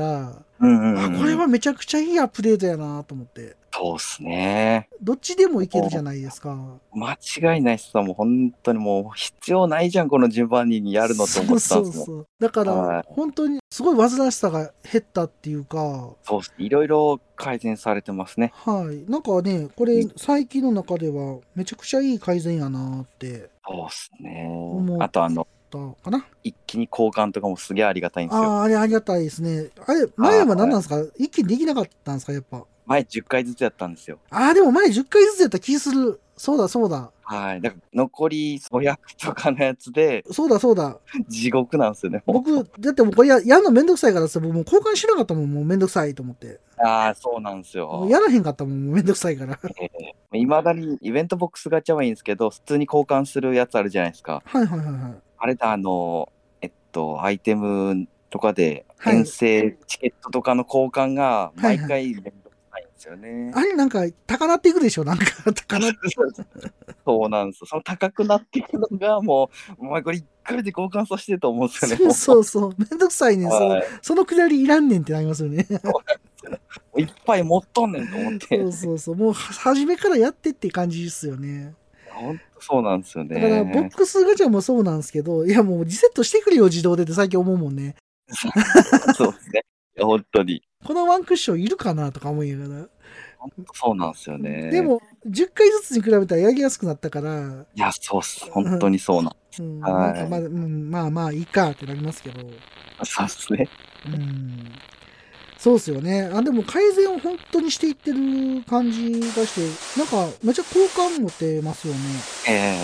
これはめちゃくちゃいいアップデートやなと思って。 そうっすね。 どっちでもいけるじゃないですか。 間違いないっすわ。もう本当にもう必要ないじゃん、この順番にやるのと思ったんですもん。 そう。だから、本当にすごい煩わしさが減ったっていうか。 そうっす。いろいろ改善されてますね。 はい。なんかね、これ、最近の中ではめちゃくちゃいい改善やなって。 そうっすね。 あとかな。 一気に交換とかもすげえありがたいんですよ。 あれありがたいですね。あれ、前は何なんですか？一気にできなかったんですか、やっぱ。 前10回ずつやったんですよ。 でも前10回ずつやった気する。そうだ。 はい。だから残り500とかのやつで。 そうだ。 地獄なんですよね。 僕、だってもうこれやるのめんどくさいからさ、僕もう交換しなかったもん、もうめんどくさいと思って。 そうなんですよ。 もうやらへんかったもん、もうめんどくさいから。 いまだにイベントボックスガチャはいいんですけど、普通に交換するやつあるじゃないですか。 はい。 あれだ、アイテムとかで、遠征チケットとかの交換が毎回めんどくさいんですよね。 あれなんか高なっていくでしょ、なんか高なってそうなんですよ。その高くなっていくのがもう、お前これ1回で交換させてと思うんですよね。 そう。めんどくさいねん。そのくだりいらんねんってなりますよね。 いっぱい持っとんねんと思って。 そう。もう初めからやってって感じですよね。 本当そうなんですよね。 だからボックスガチャもそうなんですけど、いやもうリセットしてくれよ、自動でって最近思うもんね。 そうですね。本当に。 このワンクッションいるかなとか思いながら。 本当そうなんですよね。 でも、10回ずつに比べたらやりやすくなったから。 いや、そうっす。本当にそうなんです。 なんかまあいいかってなりますけど。 そうっすね。 そうっすよね。でも改善を本当にしていってる感じがして、なんかめっちゃ好感持てますよね。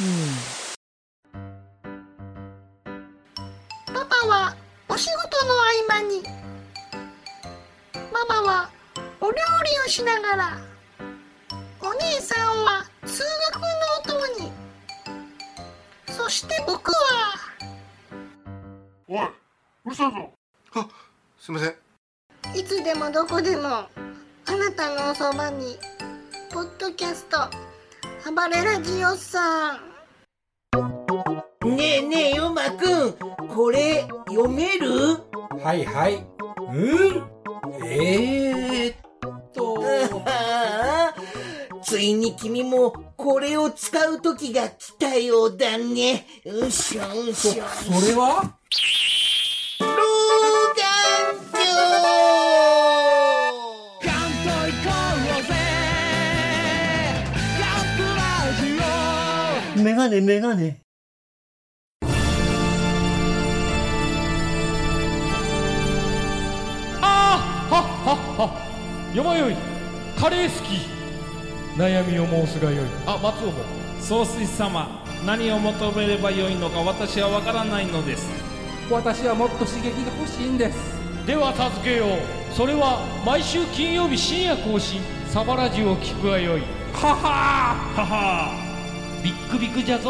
パパはお仕事の合間に、ママはお料理をしながら、お姉さんは通学のお供に、そして僕は。 おい、うるさいぞ。すいません。 いつでもどこでもあなたのおそばに、ポッドキャスト暴れラジオさん。 ねえヨマくん、これ読める？ はい。 ついに君もこれを使う時が来たようだね。 それは？ 老眼鏡。メガネ。 よまよい、カレー好き。悩みを申すがよい。松尾も。 総帥様、何を求めればよいのか私は分からないのです。 私はもっと刺激が欲しいんです。 では授けよう。それは毎週金曜日深夜更新、サバラジュを聞くがよい。ははビックビックじゃぞ。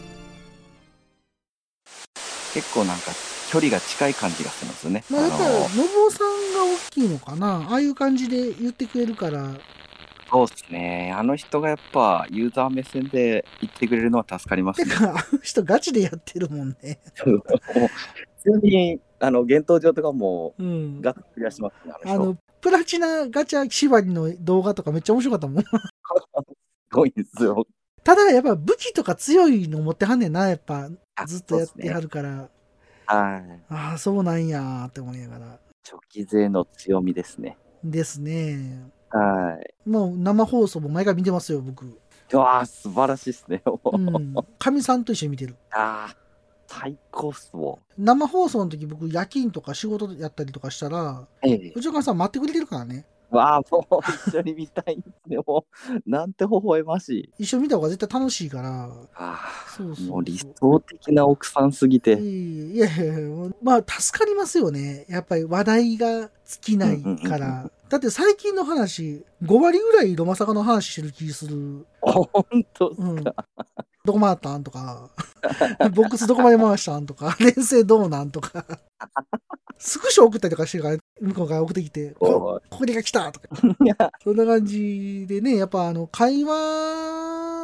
結構なんか距離が近い感じがするんですよね。 だったらのぼうさんが大きいのかな、ああいう感じで言ってくれるから。 そうですね。あの人がやっぱユーザー目線で言ってくれるのは助かりますね。 てか、あの人ガチでやってるもんね。 普通に幻冬場とかもガッツリはしますね。 プラチナガチャ縛りの動画とかめっちゃ面白かったもん。すごいんですよ。 ただやっぱ武器とか強いの持ってはんねんな、やっぱずっとやってはるから。そうなんやーって思いながら。 初期勢の強みですね。 ですね。 もう生放送も毎回見てますよ、僕。 うわー、素晴らしいですね。 かみさんと一緒に見てる。 最高っすわ。 生放送の時僕夜勤とか仕事やったりとかしたら、藤岡さん待ってくれてるからね。 もう一緒に見たいんですね。もうなんて微笑ましい。 一緒に見た方が絶対楽しいから。 もう理想的な奥さんすぎて。 いや助かりますよね。やっぱり話題が尽きないから。だって最近の話5割ぐらいロマサガの話してる気する。 本当ですか？ どこ回ったんとかボックスどこまで回したんとか連戦どうなんとかスクショ送ったりとかしてから向こうから送ってきてこれが来たとかそんな感じでね、やっぱ会話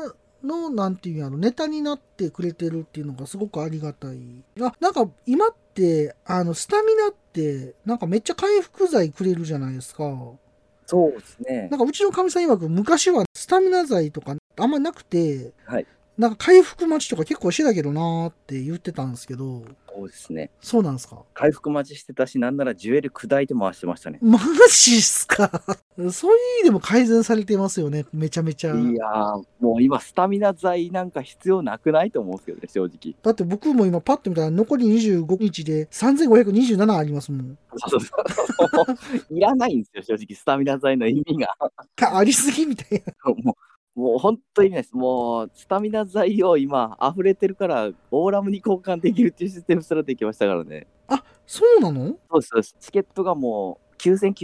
の、なんていうやろ、ネタになってくれてるっていうのがすごくありがたい。なんか今って、スタミナって、なんかめっちゃ回復剤くれるじゃないですか。 そうですね。 なんかうちのかみさん曰く、昔はスタミナ剤とかあんまなくて、 はい。 なんか回復待ちとか結構してたけどなーって言ってたんですけど。 そうですね。 そうなんですか。 回復待ちしてたし、なんならジュエル砕いて回してましたね。 マジっすか。そういう意味でも改善されてますよね、めちゃめちゃ。 いやー、もう今スタミナ剤なんか必要なくないと思うんですけどね、正直。 だって僕も今パッと見たら残り25日で3527ありますもん。 そういらないんですよ、正直、スタミナ剤の意味が。 ありすぎみたいな。 もう本当にないです。もうスタミナ剤を今溢れてるからオーラムに交換できるっていうシステムすらできましたからね。 あ、そうなの？ そうです、そうです。チケットがもう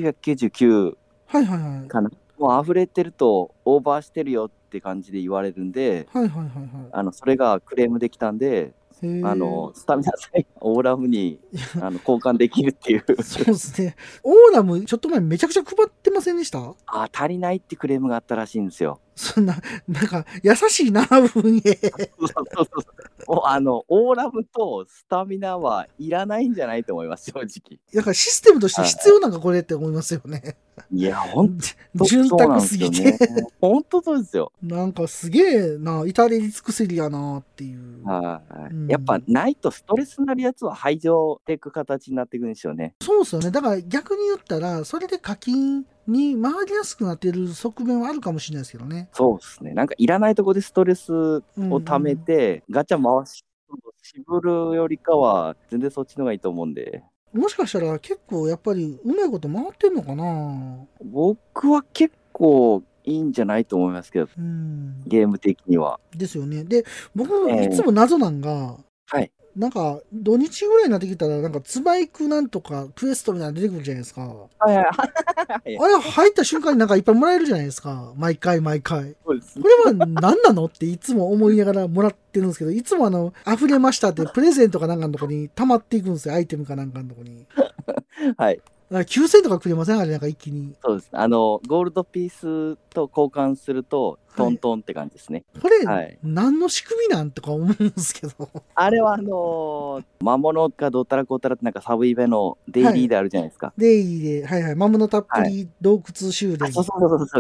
9999 はいはいはい。 かな。もう溢れてるとオーバーしてるよって感じで言われるんで、 はいはいはいはい。 それがクレームできたんで、スタミナ剤オーラムに交換できるっていう。 そうですね。オーラムちょっと前めちゃくちゃ配ってませんでした？ 足りないってクレームがあったらしいんですよ。 そんな、なんか優しいな、運営。 もうオーラムとスタミナはいらないんじゃないと思います、正直。 だからシステムとして必要なんかこれって思いますよね。 いや、ほんと潤沢すぎて。 ほんとそうですよ。 なんかすげえな、至れり尽くせりやなっていう。 やっぱないとストレスになるやつは排除していく形になっていくんですよね。 そうですよね。だから逆に言ったら、それで課金に回りやすくなってる側面はあるかもしれないですけどね。 そうですね。なんかいらないとこでストレスを溜めて、ガチャ回し渋るよりかは全然そっちの方がいいと思うんで。 もしかしたら結構やっぱりうまいこと回ってんのかな。 僕は結構いいんじゃないと思いますけど、ゲーム的には。 ですよね。で、僕いつも謎なんが、 はい。 なんか土日ぐらいになってきたらなんかツバイクなんとかクエストみたいなの出てくるじゃないですか。 はいはいあれ入った瞬間になんかいっぱいもらえるじゃないですか。毎回毎回。 そうです。 これは何なのっていつも思いながらもらってるんですけど、いつも溢れましたってプレゼントかなんかのとこに溜まっていくんですよ。アイテムかなんかのとこに。 はい。 9000とかくれません？あれなんか一気に。 そうです。ゴールドピースと交換するとトントンって感じですね。 これ、何の仕組みなんとか思うんですけど。 あれは魔物かどうたらこうたらってなんかサブイベのデイリーであるじゃないですか。 デイリーで、はいはい。魔物たっぷり洞窟修練。 そう。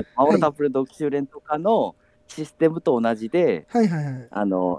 魔物たっぷり洞窟修練とかのシステムと同じで、 はいはいはい。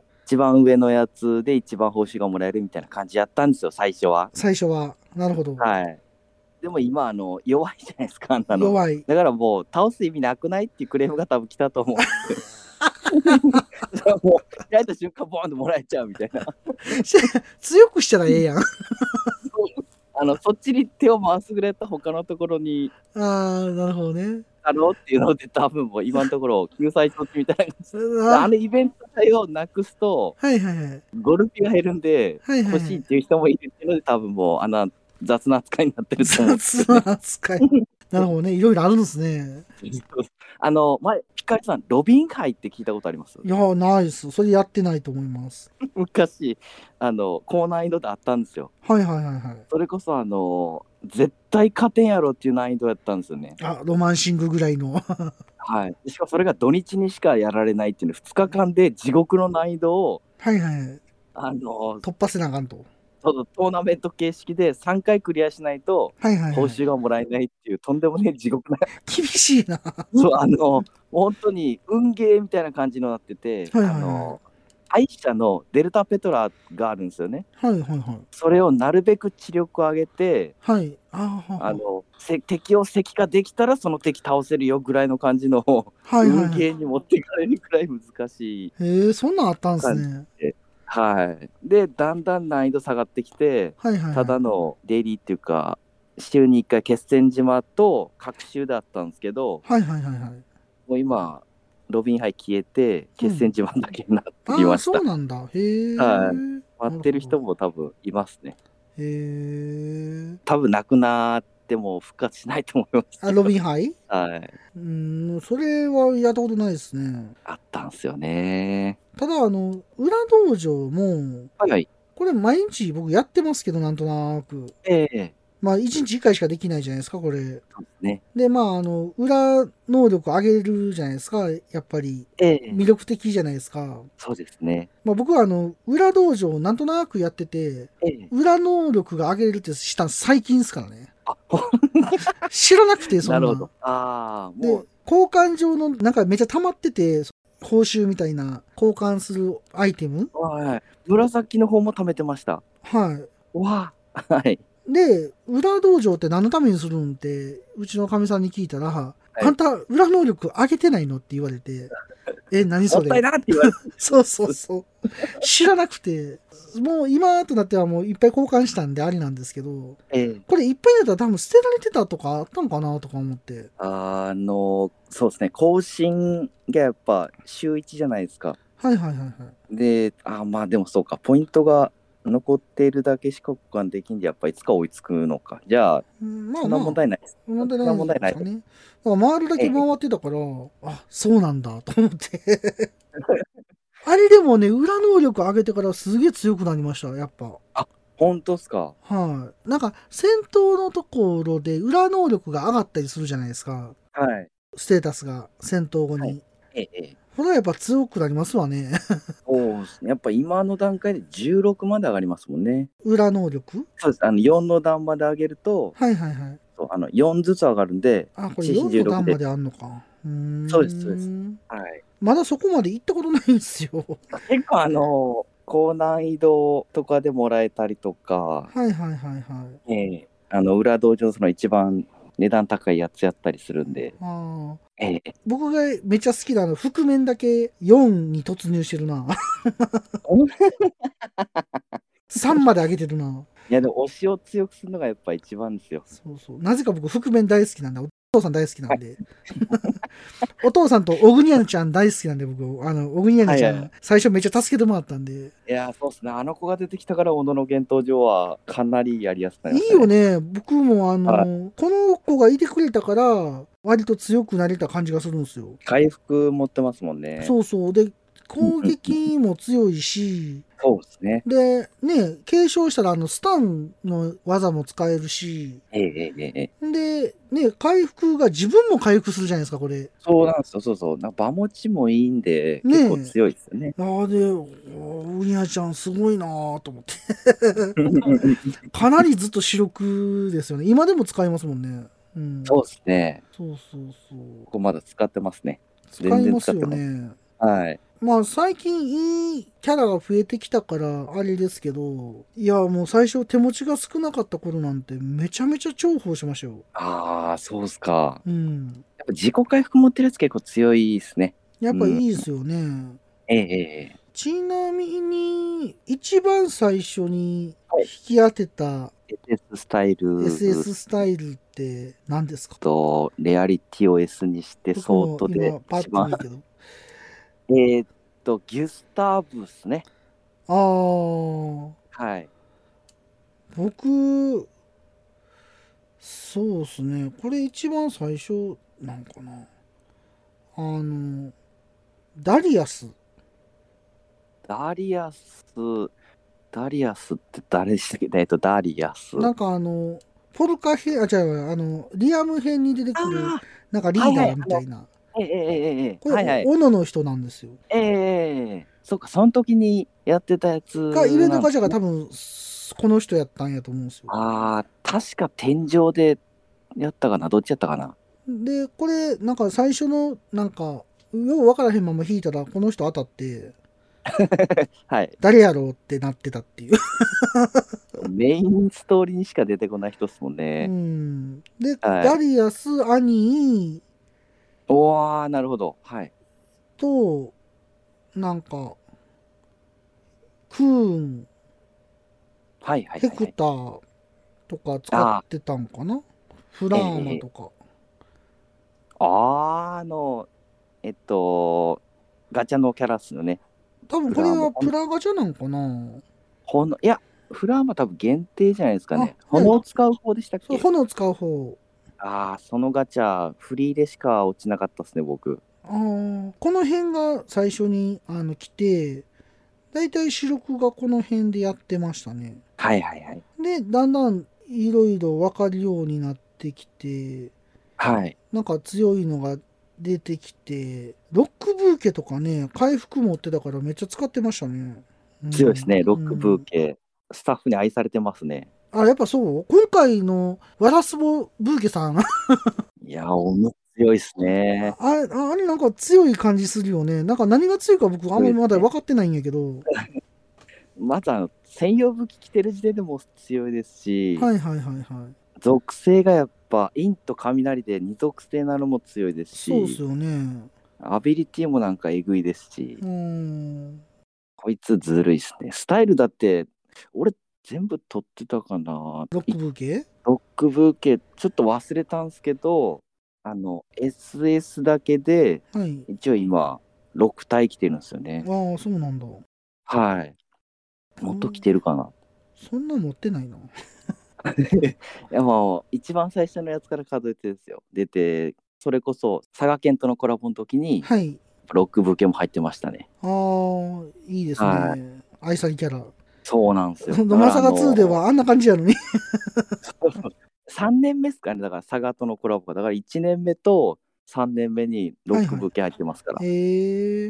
一番上のやつで一番報酬がもらえるみたいな感じやったんですよ、最初は。なるほど。はい。でも今、弱いじゃないですか、あんなの。 弱い。 だからもう、倒す意味なくないっていうクレームが多分来たと思うんですよ。もう、開いた瞬間、ボーンともらえちゃうみたいな。 強くしたらええやん。 そっちに手を回すぐらいやったら他のところに。 なるほどね。 っていうので、多分もう今のところ、救済措置みたいな感じで。イベント帯をなくすと、ゴルピが減るんで、欲しいっていう人もいるっていうので、多分もう、雑な扱いになってると思う。 雑な扱い。なるほどね。いろいろあるんですね。 前、ピカリさん、ロビン杯って聞いたことあります？ いや、ないです。それやってないと思います。 昔、高難易度であったんですよ。 はいはいはいはい。 それこそ、絶対勝てんやろっていう難易度やったんですよね。 ロマンシングぐらいの。 はい。しかもそれが土日にしかやられないっていうの、2日間で地獄の難易度を、 はいはい。突破せなあかんと。 トーナメント形式で3回クリアしないと報酬がもらえないっていうとんでもねえ地獄な厳しいな。 そう本当に運ゲーみたいな感じになってて、敗者のデルタペトラがあるんですよね。 はいはいはい。 それをなるべく知力を上げて、敵を石化できたらその敵倒せるよぐらいの感じの運ゲーに持っていかれるくらい難しい。 へえ、そんなんあったんですね。 はい。で、だんだん難易度下がってきて、ただのデイリーっていうか、週に1回決戦島と各週だったんですけど、もう今、ロビン杯消えて、決戦島だけになってきました。 そうなんだ。へえ。 はい。待ってる人も多分いますね。へえ。多分なくなっても復活しないと思います。 ロビン杯？ はい。 それはやったことないですね。 あったんすよね。 ただ、裏道場も、これ毎日僕やってますけど、なんとなく。 まあ1日1回しかできないじゃないですか、これ。 そうですね。 で、まあ裏能力上げるじゃないですか、やっぱり。魅力的じゃないですか。 そうですね。 まあ僕は裏道場なんとなくやってて、裏能力が上げれるってしたん最近ですからね。知らなくて、そんな。 なるほど。ああ、もう。 で、交換上のなんかめっちゃ溜まってて、報酬みたいな交換するアイテム。 はい。紫の方も貯めてました。 はい。 わあ。はい。 で、裏道場って何のためにするんって、うちのかみさんに聞いたら、あんた裏能力上げてないのって言われて、何それ。 もったいなって言われて。 そうそうそう。知らなくて、もう今となってはもういっぱい交換したんでありなんですけど、これいっぱいだったら多分捨てられてたとかあったのかなとか思って。 そうですね。更新がやっぱ週1じゃないですか。 はいはいはいはい。 で、まあでもそうか、ポイントが残っているだけしか交換できんで、やっぱいつか追いつくのか。じゃあ、 まあ、 そんな問題ないです。 問題ないですね。だから回るだけ回ってたから、そうなんだと思って。あれでもね、裏能力上げてからすげえ強くなりました、やっぱ。 本当っすか？ はい。なんか、戦闘のところで裏能力が上がったりするじゃないですか。 はい。 ステータスが戦闘後に。これはやっぱ強くなりますわね。 そうですね。やっぱ今の段階で16まで上がりますもんね。 裏能力？ そうです。4の段まで上げると、 はいはいはい。 そう4ずつ上がるんで、 これ4の段まであんのか。 そうです、そうです。はい。 まだそこまで行ったことないんですよ。 結構高難易度とかでもらえたりとか、 はいはいはいはい。 裏道場その一番値段高いやつやったりするんで。 僕がめっちゃ好きな覆面だけ4に突入してるな。3まで上げてるな。 いやでも推しを強くするのがやっぱ一番ですよ。 そうそう。なぜか僕覆面大好きなんだ。お父さん大好きなんで。お父さんとオグニャンちゃん大好きなんで、僕、オグニャンちゃん、最初めっちゃ助けてもらったんで。 いや、そうっすね。あの子が出てきたから、小野の幻冬場はかなりやりやすくなりました、ね。いいよね。僕もこの子がいてくれたから、割と強くなれた感じがするんですよ。 回復持ってますもんね。 そうそう。で、攻撃も強いし、 そうですね。 で、ね、継承したらスタンの技も使えるし、で、ね、回復が自分も回復するじゃないですか、これ。 そうなんですよ、そうそう。場持ちもいいんで、結構強いですよね。 ウニャちゃんすごいなぁと思って。かなりずっと主力ですよね。今でも使いますもんね。 そうですね。 そうそうそう。 ここまだ使ってますね。 使いますよね。 はい。 まあ最近いいキャラが増えてきたからあれですけど、いやもう最初手持ちが少なかった頃なんてめちゃめちゃ重宝しましたよ。 そうっすか。 やっぱ自己回復持ってるやつ結構強いですね。 やっぱいいですよね。ちなみに一番最初に引き当てた SS スタイル。 SS スタイルって何ですか？ レアリティを S にしてソートで一番。ギュスターブですね。はい。 僕、そうですね。これ一番最初なんかな。ダリアスって誰でしたっけ？ダリアス。 なんかポルカ編、リアム編に出てくる、なんかリーダーみたいな。これ、斧の人なんですよ。 そうか、その時にやってたやつ。 イベントガチャが多分、この人やったんやと思うんですよ。 確か天井でやったかな？どっちやったかな？ で、これ、なんか最初の、なんか、よう分からへんまま引いたら、この人当たって、誰やろうってなってたっていう。 メインストーリーにしか出てこない人っすもんね。 で、ダリアス、アニー、なるほど。はい。 と、なんか、クーン、ヘクターとか使ってたんかな？フラーマとか。 ガチャのキャラっすよね。 多分これはプラガチャなんかな？ いや、フラーマ多分限定じゃないですかね。炎を使う方でしたっけ？ 炎を使う方。 そのガチャ、フリーでしか落ちなかったっすね、僕。 この辺が最初に来て、だいたい主力がこの辺でやってましたね。 はいはいはい。 で、だんだんいろいろ分かるようになってきて、 はい。 なんか強いのが出てきて、ロックブーケとかね、回復持ってたからめっちゃ使ってましたね。 強いですね、ロックブーケ。スタッフに愛されてますね。 あ、やっぱそう今回のワラスボブーケさん。 いや、強いですね。 あれなんか強い感じするよね。なんか何が強いか僕あんまりまだ分かってないんやけど。 まず専用武器着てる時点でも強いですし、 はいはいはいはい。 属性がやっぱ陰と雷で2属性なのも強いですし、 そうですよね。 アビリティもなんかえぐいですし、こいつずるいっすね。スタイルだって俺全部取ってたかな。 ロックブーケちょっと忘れたんすけど、SS だけで、 はい、 一応今6体来てるんですよね。 ああ、そうなんだ。 はい。もっと来てるかな。 そんな持ってないな。 いや、もう一番最初のやつから数えてですよ。出て、それこそ佐賀県とのコラボの時に、 はい、 ロックブーケも入ってましたね。 ああ、いいですね。はい、愛されキャラ。 そうなんですよ。 まさか2ではあんな感じやのに。 3年目ですかね。だから佐賀とのコラボが。だから1年目と3年目にロックブーケ入ってますから。 はいはい、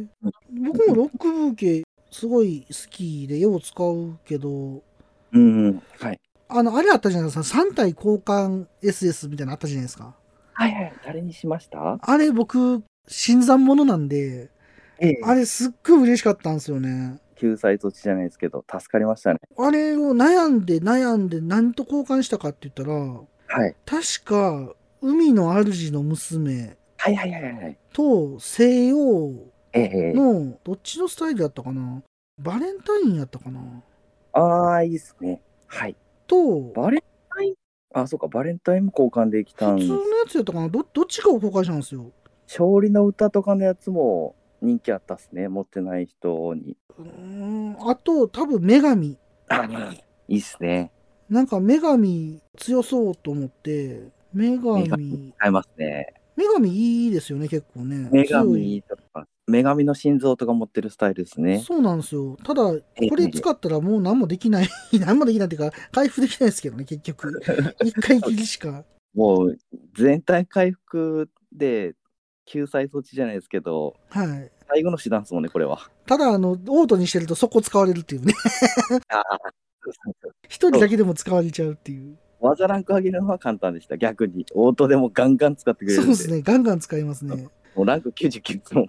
僕もロックブーケすごい好きでよう使うけど、 はい。 あれあったじゃないですか。3体交換 SS みたいなのあったじゃないですか。 はいはい。誰にしました？ あれ僕、新参者なんで、あれすっごい嬉しかったんですよね。 救済措置じゃないですけど、助かりましたね。 あれを悩んで何と交換したかって言ったら、 はい。 確か、海の主の娘と西洋のどっちのスタイルやったかな。バレンタインやったかな。 ああ、いいっすね。はい。バレンタイン、そうか、バレンタインも交換できたんです。 普通のやつやったかな。どっちかを交換したんですよ。 勝利の歌とかのやつも人気あったっすね。持ってない人に。 あと、多分女神。 いいっすね。 なんか女神強そうと思って、女神使いますね。 女神いいですよね、結構ね。 女神の心臓とか持ってるスタイルですね。 そうなんですよ。ただ、これ使ったらもう何もできない。何もできないっていうか、回復できないですけどね、結局。一回きりしか。 もう、全体回復で救済措置じゃないですけど、 はい。 最後の手段ですもんね、これは。 ただ、オートにしてるとそこ使われるっていうね。一人だけでも使われちゃうっていう。 技ランク上げるのは簡単でした、逆に。オートでもガンガン使ってくれるんで。 そうですね、ガンガン使いますね。 もうランク99つも。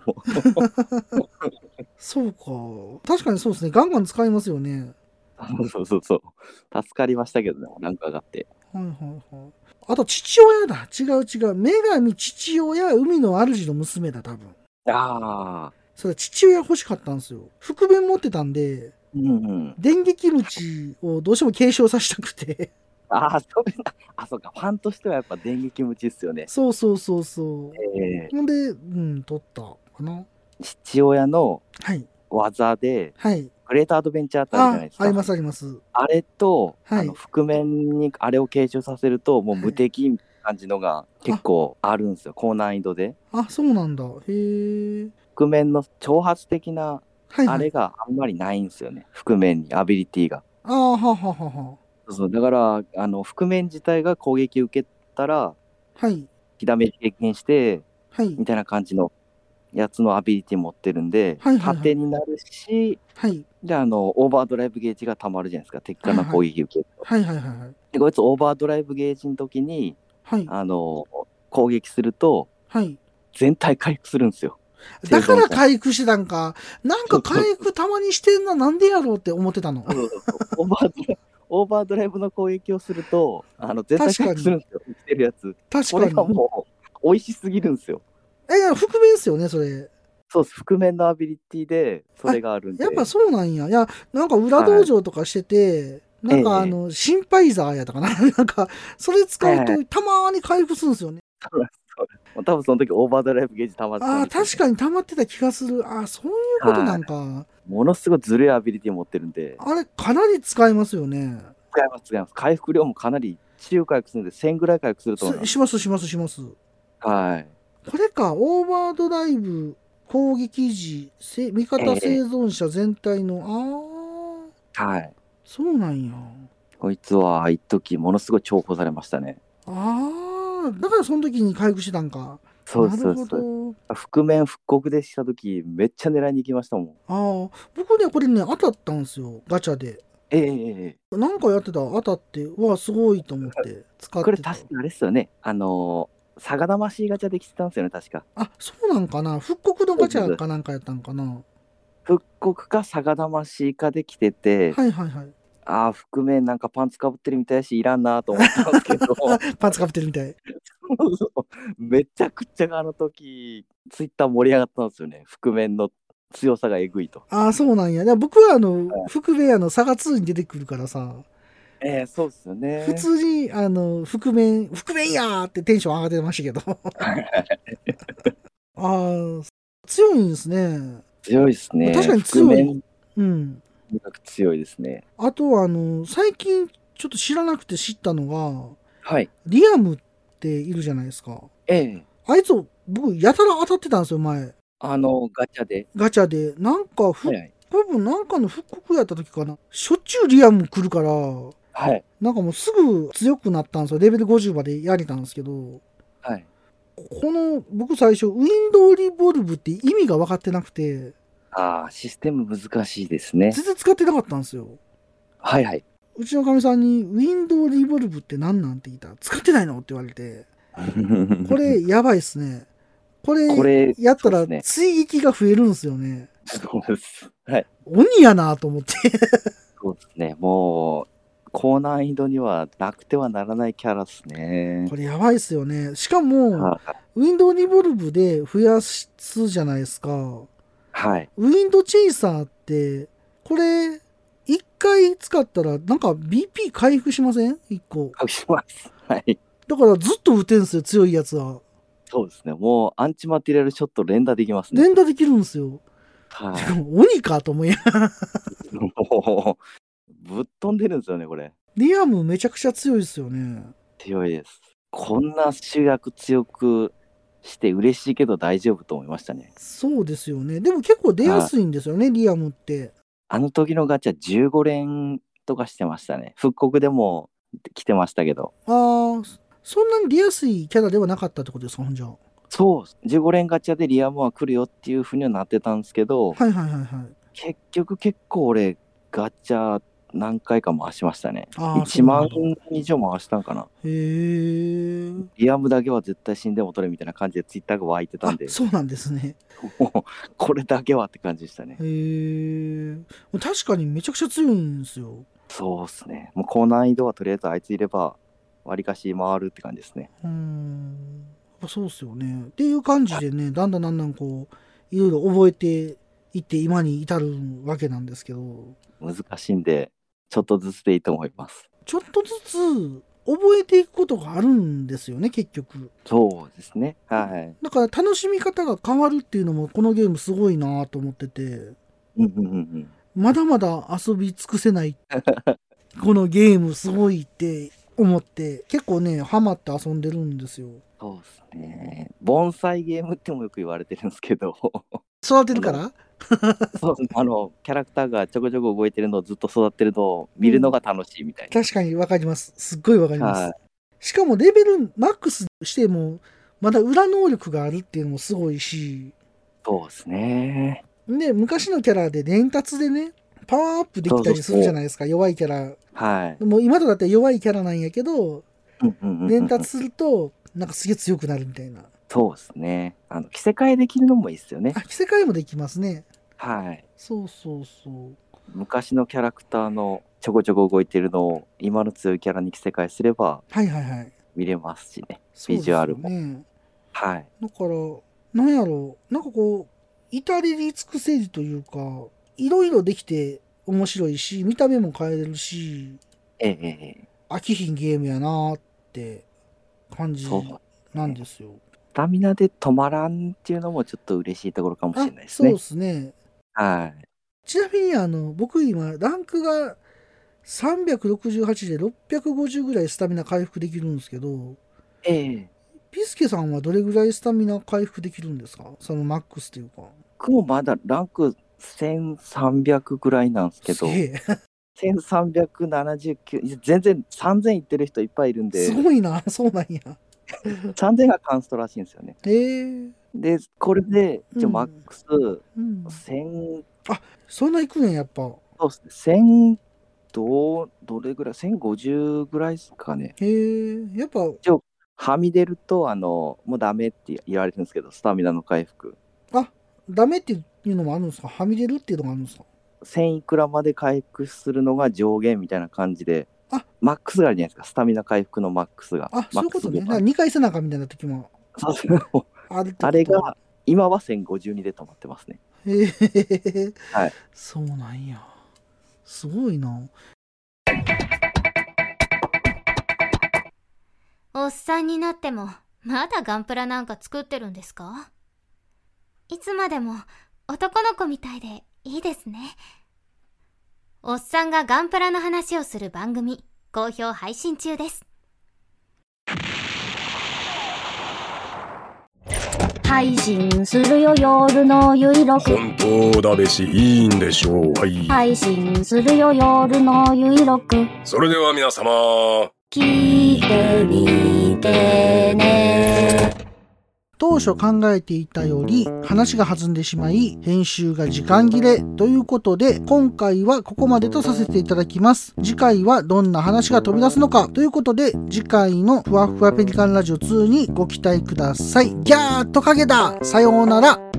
そうか。確かにそうですね、ガンガン使いますよね。 そう。助かりましたけどね、ランク上がって。 はいはいはい。あと、父親だ。違う。女神、父親、海の主の娘だ、多分。それ父親欲しかったんですよ。覆面持ってたんで、電撃鞭をどうしても継承させたくて。 そうか。ファンとしてはやっぱ電撃鞭っすよね。 そう。ほんで、取ったかな。 父親の技で、グレートアドベンチャーってあるじゃないですか。 あります。 あれと、覆面にあれを継承させると、もう無敵みたいな感じのが結構あるんですよ。高難易度で。 そうなんだ。へえ。 覆面の挑発的な、あれがあんまりないんですよね。覆面にアビリティが。だから覆面自体が攻撃受けたら、火ダメージ経験して、みたいな感じのやつのアビリティ持ってるんで、盾になるし、でオーバードライブゲージがたまるじゃないですか、敵からの攻撃受けると。でこいつオーバードライブゲージの時に、攻撃すると、全体回復するんですよ。 だから回復してたんか。なんか回復たまにしてんな、なんでやろうって思ってたの。 オーバードライブの攻撃をすると、絶対回復するんですよ。生きてるやつ。 確かに。 これがもう、美味しすぎるんですよ。 覆面ですよね、それ。 そうです。覆面のアビリティで、それがあるんで。 やっぱそうなんや。いや、なんか裏道場とかしてて、なんかシンパイザーやったかな。なんか、それ使うと、たまーに回復するんですよね。 多分その時オーバードライブゲージ溜まってた、 確かに溜まってた気がする。そういうことなんか。 ものすごいずるいアビリティ持ってるんで。 あれ、かなり使えますよね。 使います。回復量もかなり治癒回復するんで、1000ぐらい回復すると思います。 します。 はい。 これか、オーバードライブ攻撃時、味方生存者全体の、 はい。 そうなんや。 こいつは一時ものすごい重宝されましたね。 ああ、だからその時に回復してたんか。 そうです、 なるそうです。 ほど。 覆面復刻でした時めっちゃ狙いに行きましたもん。 ああ、僕ね、これね、当たったんですよ、ガチャで。なんかやってた、当たって、うわ、すごいと思って使ってた。 これ確かあれっすよね。サガ魂ガチャできてたんですよね、確か。 あ、そうなんかな。復刻のガチャかなんかやったんかな。 復刻かサガ魂かで来てて、 はいはいはい。 ああ、覆面なんかパンツかぶってるみたいだし、いらんなと思ったんですけど。 パンツかぶってるみたい。 めちゃくちゃあの時、ツイッター盛り上がったんですよね。覆面の強さがえぐいと。 ああ、そうなんや。僕は覆面サガ2に出てくるからさ。 そうっすよね。 普通に、覆面やーってテンション上がってましたけど。ああ、強いんですね。 強いですね。 確かに強い。うん。 強いですね。 あとは、最近ちょっと知らなくて知ったのが、 はい。 リアムっているじゃないですか。あいつ、僕、やたら当たってたんですよ、前。 ガチャで。 ガチャで。なんか、多分なんかの復刻やった時かな。しょっちゅうリアム来るから、 はい。 なんかもうすぐ強くなったんですよ。レベル50までやれたんですけど。 はい。 僕最初、ウィンドウリボルブって意味が分かってなくて。 ああ、システム難しいですね。 全然使ってなかったんですよ。 はいはい。 うちのかみさんに、ウィンドウリボルブって何なんて聞いたら、使ってないのって言われて。これ、やばいっすね。これ、やったら、追撃が増えるんですよね。 そうです。はい。 鬼やなと思って。 そうですね。もう、高難易度にはなくてはならないキャラですね。 これやばいっすよね。しかも、ウィンドウリボルブで増やすじゃないですか。 はい。 ウィンドチェイサーって、これ、一回使ったら、なんか BP 回復しません ?1 個。 します。はい。 だからずっと撃てんすよ、強いやつは。 そうですね。もう、アンチマテリアルショット連打できますね。 連打できるんですよ。 はい。 鬼かと思いや。 もう、ぶっ飛んでるんですよね、これ。 リアムめちゃくちゃ強いですよね。 強いです。こんな主役強くして嬉しいけど大丈夫と思いましたね。 そうですよね。でも結構出やすいんですよね、リアムって。 あの時のガチャ15連とかしてましたね。復刻でも来てましたけど。 ああ、そんなに出やすいキャラではなかったってことですか、ほんじゃ。 そう、15連ガチャでリアムは来るよっていうふうにはなってたんですけど、 はいはいはいはい。 結局結構俺ガチャ何回か回しましたね。 あ 1万以上回したんかな。 へえ。 リアムだけは絶対死んでも取れみたいな感じでツイッターが湧いてたんで。 そうなんですね。 もうこれだけはって感じでしたね。 へえ。確かにめちゃくちゃ強いんですよ。 そうっすね。もう高難易度はとりあえずあいついればわりかし回るって感じですね。 そうっすよね。っていう感じでね、だんだんこういろいろ覚えていって今に至るわけなんですけど。 難しいんでちょっとずつでいいと思います。 ちょっとずつ覚えていくことがあるんですよね、結局。 そうですね。はい。 だから楽しみ方が変わるっていうのもこのゲームすごいなと思ってて。まだまだ遊び尽くせないこのゲームすごいって思って結構ねハマって遊んでるんですよ。 そうですね。盆栽ゲームってもよく言われてるんですけど育てるからそうキャラクターがちょこちょこ動いてるのをずっと育ってるのを見るのが楽しいみたいな。 確かにわかります。すっごいわかります。しかもレベルマックスしてもまだ裏能力があるっていうのもすごいし。 そうですね。 で昔のキャラで伝達でねパワーアップできたりするじゃないですか。弱いキャラ。 はい。 もう今とだって弱いキャラなんやけど伝達するとなんかすげえ強くなるみたいな。 そうですね。着せ替えできるのもいいですよね。 着せ替えもできますね。 はい。 そうそうそう。 昔のキャラクターのちょこちょこ動いてるのを今の強いキャラに着せ替えすれば見れますしね。ビジュアルも。はい。 だからなんやろう、なんかこう至れり尽くせりというかいろいろできて面白いし見た目も変えれるし、飽きひんゲームやなって感じなんですよ。 スタミナで止まらんっていうのもちょっと嬉しいところかもしれないですね。そうですね。 はい。 ちなみに僕今ランクが368で650ぐらいスタミナ回復できるんですけど、ピスケさんはどれぐらいスタミナ回復できるんですか？そのマックスというか。 僕もまだランク1300ぐらいなんですけど、 1379、全然3000いってる人いっぱいいるんで。 すごいな、そうなんや。 3000がカンストらしいんですよね。で、これで、マックス、1000、 あ、そんな行くねやっぱ。 そうですね。1000、どれぐらい ?1050 ぐらいですかね。 やっぱ。 はみ出ると、もうダメって言われてるんですけど、スタミナの回復。 あ、ダメっていうのもあるんですか？はみ出るっていうのがあるんですか ？1000いくらまで回復するのが上限みたいな感じで、マックスがあるじゃないですか、スタミナ回復のマックスが。 そういうことね。2回背中みたいな時も。 あれが、今は1052で止まってますね。はい。 そうなんや。すごいな。 おっさんになってもまだガンプラなんか作ってるんですか？いつまでも男の子みたいでいいですね。おっさんがガンプラの話をする番組好評配信中です。 配信するよ夜のゆいろく。 本当だべしいいんでしょう。はい。 配信するよ夜のゆいろく。 それでは皆様聞いてみてね。 当初考えていたより話が弾んでしまい編集が時間切れということで今回はここまでとさせていただきます。次回はどんな話が飛び出すのかということで次回のふわふわペリカンラジオ2にご期待ください。ギャートカゲだ。さようなら。